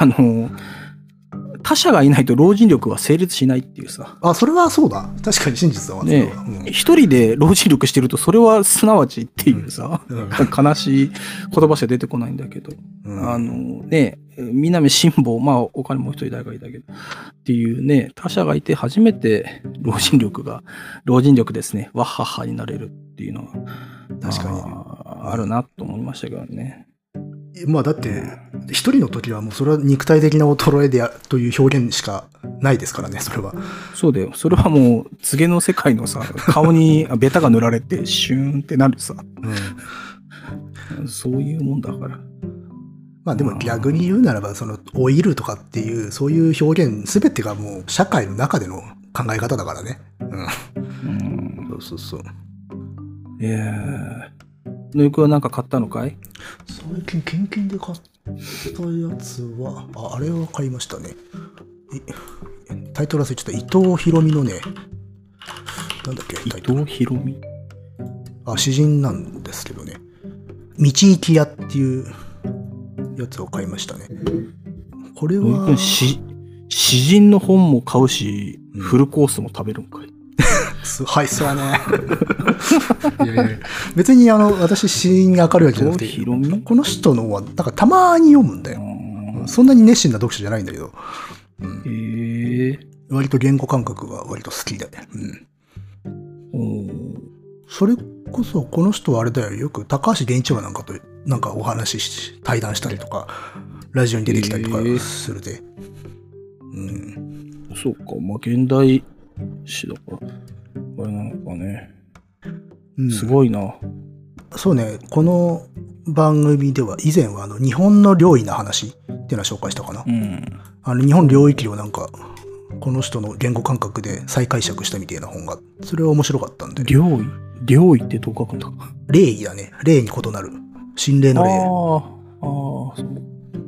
他者がいないと老人力は成立しないっていうさ。 それはそうだ。確かに真実だわ。 ね、一人で老人力してると、それはすなわちっていうさ、悲しい言葉しか出てこないんだけど、ね、南辛坊、他にもう一人誰かいたけど、っていうね、他者がいて初めて老人力ですね、わっはっはになれるっていうのは、 確かにあるなと思いましたけどね。 だって一人の時はもうそれは肉体的な衰えでという表現しかないですからね、それは。 そうだよ。それはもう告げの世界のさ、顔にベタが塗られてシューンってなるさ、そういうもんだから。 でも逆に言うならば、その老いるとかっていうそういう表現全てがもう社会の中での考え方だからね。そう。 ぬいくんはなんか買ったのかい？ 最近献金で買ったやつは、あれは買いましたね。タイトル忘れちゃった。伊藤博美のね、なんだっけ、タイトル。 伊藤博美？ 詩人なんですけどね。道行き屋っていうやつを買いましたね。これは詩人の本も買うし、フルコースも食べるんかい？ はいそうね。いや別に私詩人に明るいわけじゃなくて、この人のはなんかたまに読むんだよ。そんなに熱心な読書じゃないんだけど、割と言語感覚が割と好きで、それこそこの人はあれだよ、よく高橋源一郎なんかとなんかお話し対談したりとか、ラジオに出てきたりとかするで、 そうか、現代詩だからあれなのかね。すごいな。 そうね、この番組では以前は日本の領域の話っていうのは紹介したかな。日本領域をなんかこの人の言語感覚で再解釈したみたいな本が、それは面白かったんで。 領域ってどう書くんだ？ 霊異だね。霊に異なる。心霊の霊。 そう。 うん。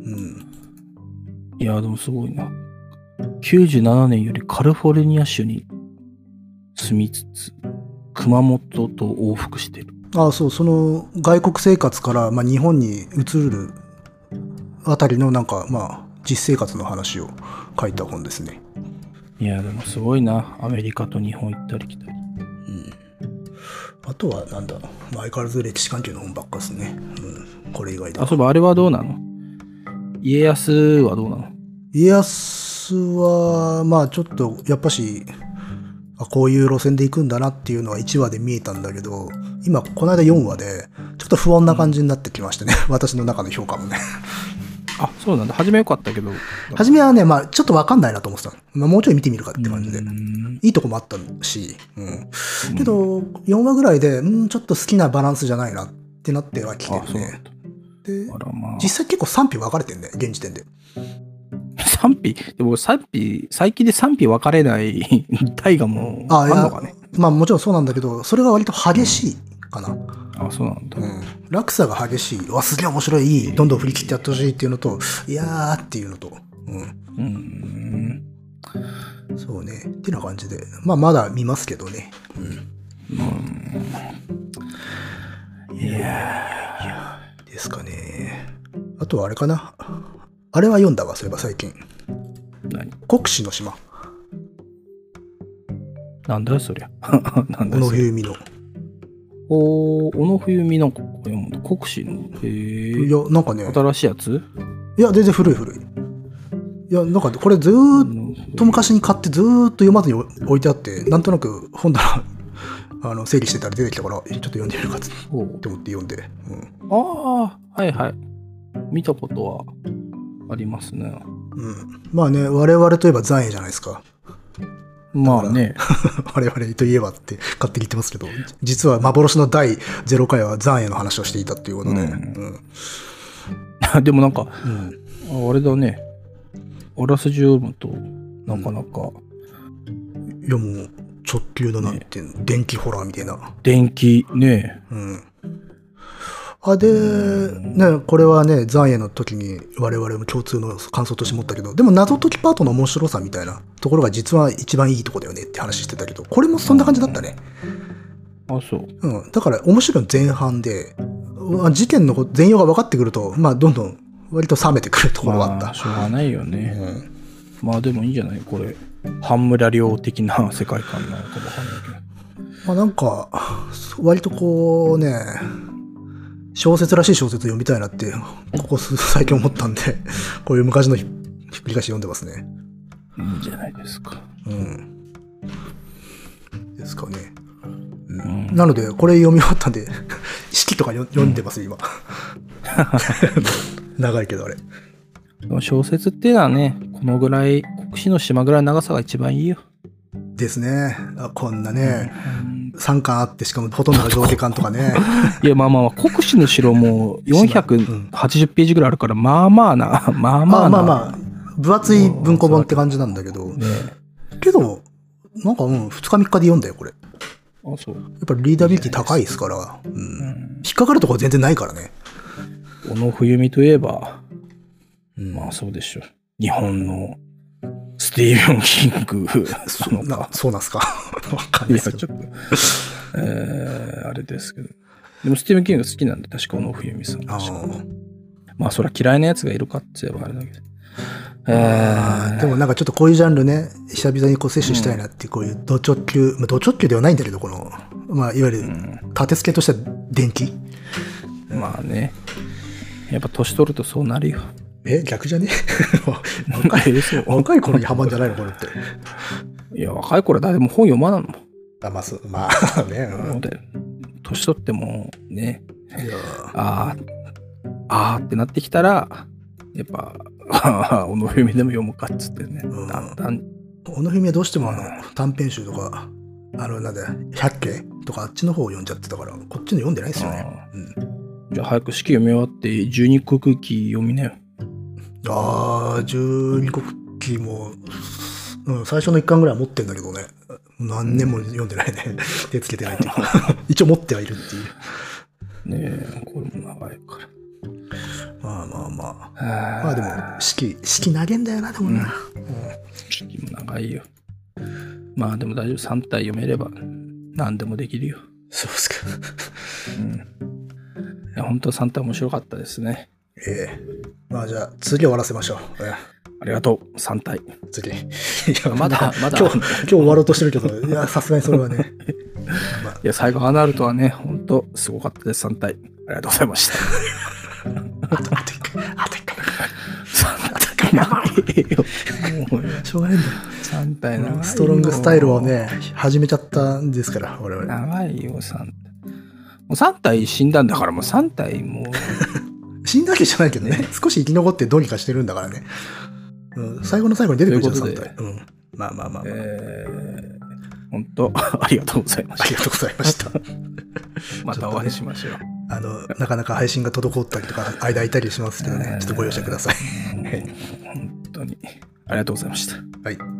いや、でもすごいな。97年よりカリフォルニア州に住みつつ、熊本と往復してる。 ああ、そう、その外国生活から、まあ、日本に移るあたりのなんか、まあ、実生活の話を書いた本ですね。 いや、でもすごいな。アメリカと日本行ったり来たり。 あとはなんだ、相変わらず歴史関係の本ばっかですね。これ以外では。 そういえばあれはどうなの？家康はどうなの？ 家康は、まあちょっと、やっぱし、こういう路線で行くんだなっていうのは1話で見えたんだけど、今、この間4話で、ちょっと不穏な感じになってきましてね。私の中の評価もね。 あ、そうなんだ。初め良かったけど。 初めはね、まあちょっとわかんないなと思ってた。まあもうちょい見てみるかって感じで。いいとこもあったし。けど、4話ぐらいで、ちょっと好きなバランスじゃないなってなってはきてるね。で、実際結構賛否分かれてんね、現時点で。 賛否でも最近で賛否分かれない大河もあるのかね。 まあもちろんそうなんだけど、それが割と激しいかな。 そうなんだ。 落差が激しい。すげえ面白い。どんどん振り切ってやってほしいっていうのと、いやーっていうのと。そうね。ってな感じで。まあまだ見ますけどね。いやですかね。あとはあれかな。あれは読んだわ、そういえば最近。 何？ 国士の島。 なんだよ、そりゃ。 小野冬美の。 小野冬美の読むの？国士の？ いや、なんかね。 新しいやつ？ いや、全然古い。いや、なんかこれずーっと昔に買ってずーっと読まずに置いてあって、なんとなく本棚整理してたら出てきたから、ちょっと読んでみるかって思って読んで。 はいはい。見たことはありますね。 まあね、我々といえば残影じゃないですか。 まあね。 我々といえばって勝手に言ってますけど、実は幻の第0回は残影の話をしていたっていうことで。 でもなんか、あれだね。あらすじ読むと、なかなか。 いやもう、直球のなんていうの、電気ホラーみたいな。 電気、ね。 で、これはね、残影の時に我々も共通の感想として持ったけど、でも謎解きパートの面白さみたいなところが実は一番いいとこだよねって話してたけど、これもそんな感じだったね。 そう。 だから面白いの前半で、事件の全容が分かってくると、まあどんどん割と冷めてくるところがあった。 しょうがないよね。まあでもいいんじゃない？これ、半村亮的な世界観なのか分かんないけど。 まあなんか、割とこうね、小説らしい小説読みたいなって、ここ最近思ったんで、こういう昔のひっくり返し読んでますね。 いいんじゃないですか。 ですかね。なので、これ読み終わったんで、式とか読んでます、今。長いけどあれ。 小説っていうのはね、このぐらい、国士の島ぐらいの長さが一番いいよ。 ですね。こんなね、3巻あって、しかもほとんどが上下巻とかね。 いや、まあ、国士の城も480ページぐらいあるから、まあ、 分厚い文庫本って感じなんだけど。けど、なんか2日3日で読んだよ、これ。 そう。やっぱりリーダビリティ高いですから、引っかかるところ全然ないからね。 小野冬美といえば、まあそうでしょう。日本のスティーブン・キングそうなんすか。わかんないですけど。 ちょっと、あれですけど。でもスティーブン・キング好きなんで、確か小野冬美さん。まあそりゃ嫌いなやつがいるかって言えばあれだけど。 でもなんかちょっとこういうジャンルね、久々にこう摂取したいなっていう、こういうド直球ではないんだけど、この、まあいわゆる立て付けとしては電気。 まあね。やっぱ年取るとそうなるよ。 逆じゃね？若い頃にハマんじゃないのこれって。 いや、若い頃だ、でも本読まないもん。 まあね。 年取ってもね、ってなってきたら、やっぱ、小野冬美でも読むかっつってね。 小野冬美はどうしても短編集とか、なんだ、百景とかあっちの方を読んじゃってたから、こっちの読んでないですよね。 じゃあ早く式読み終わって十二国記読みなよ。 十二国記も、最初の1巻ぐらいは持ってんだけどね。何年も読んでないね。手つけてないっていうか。一応持ってはいるっていう。 ねえ、これも長いから。 まあまあまあ。まあでも、式投げんだよな、でもな。 式も長いよ。まあでも大丈夫。3体読めれば何でもできるよ。 そうっすか。 いや、本当3体面白かったですね。 まあじゃあ、次終わらせましょう。 ありがとう、3体。 次。いや、まだ。 今日終わろうとしてるけど、いや、さすがにそれはね。 いや、最後、アナルトはね、本当すごかったです、3体。ありがとうございました。 あと一回。 3体長いよ。 しょうがないんだよ。 3体長いよ。 ストロングスタイルをね、始めちゃったんですから、我々。 長いよ、3体。もう3体死んだんだから、もう3体もう。 死んだわけじゃないけどね。少し生き残ってどうにかしてるんだからね。最後の最後に出てくるじゃん、3体。まあ。 本当ありがとうございました。 ありがとうございました。 またお会いしましょう。 なかなか配信が滞ったりとか、間空いたりしますけどね、ちょっとご容赦ください。 本当に。ありがとうございました。 はい。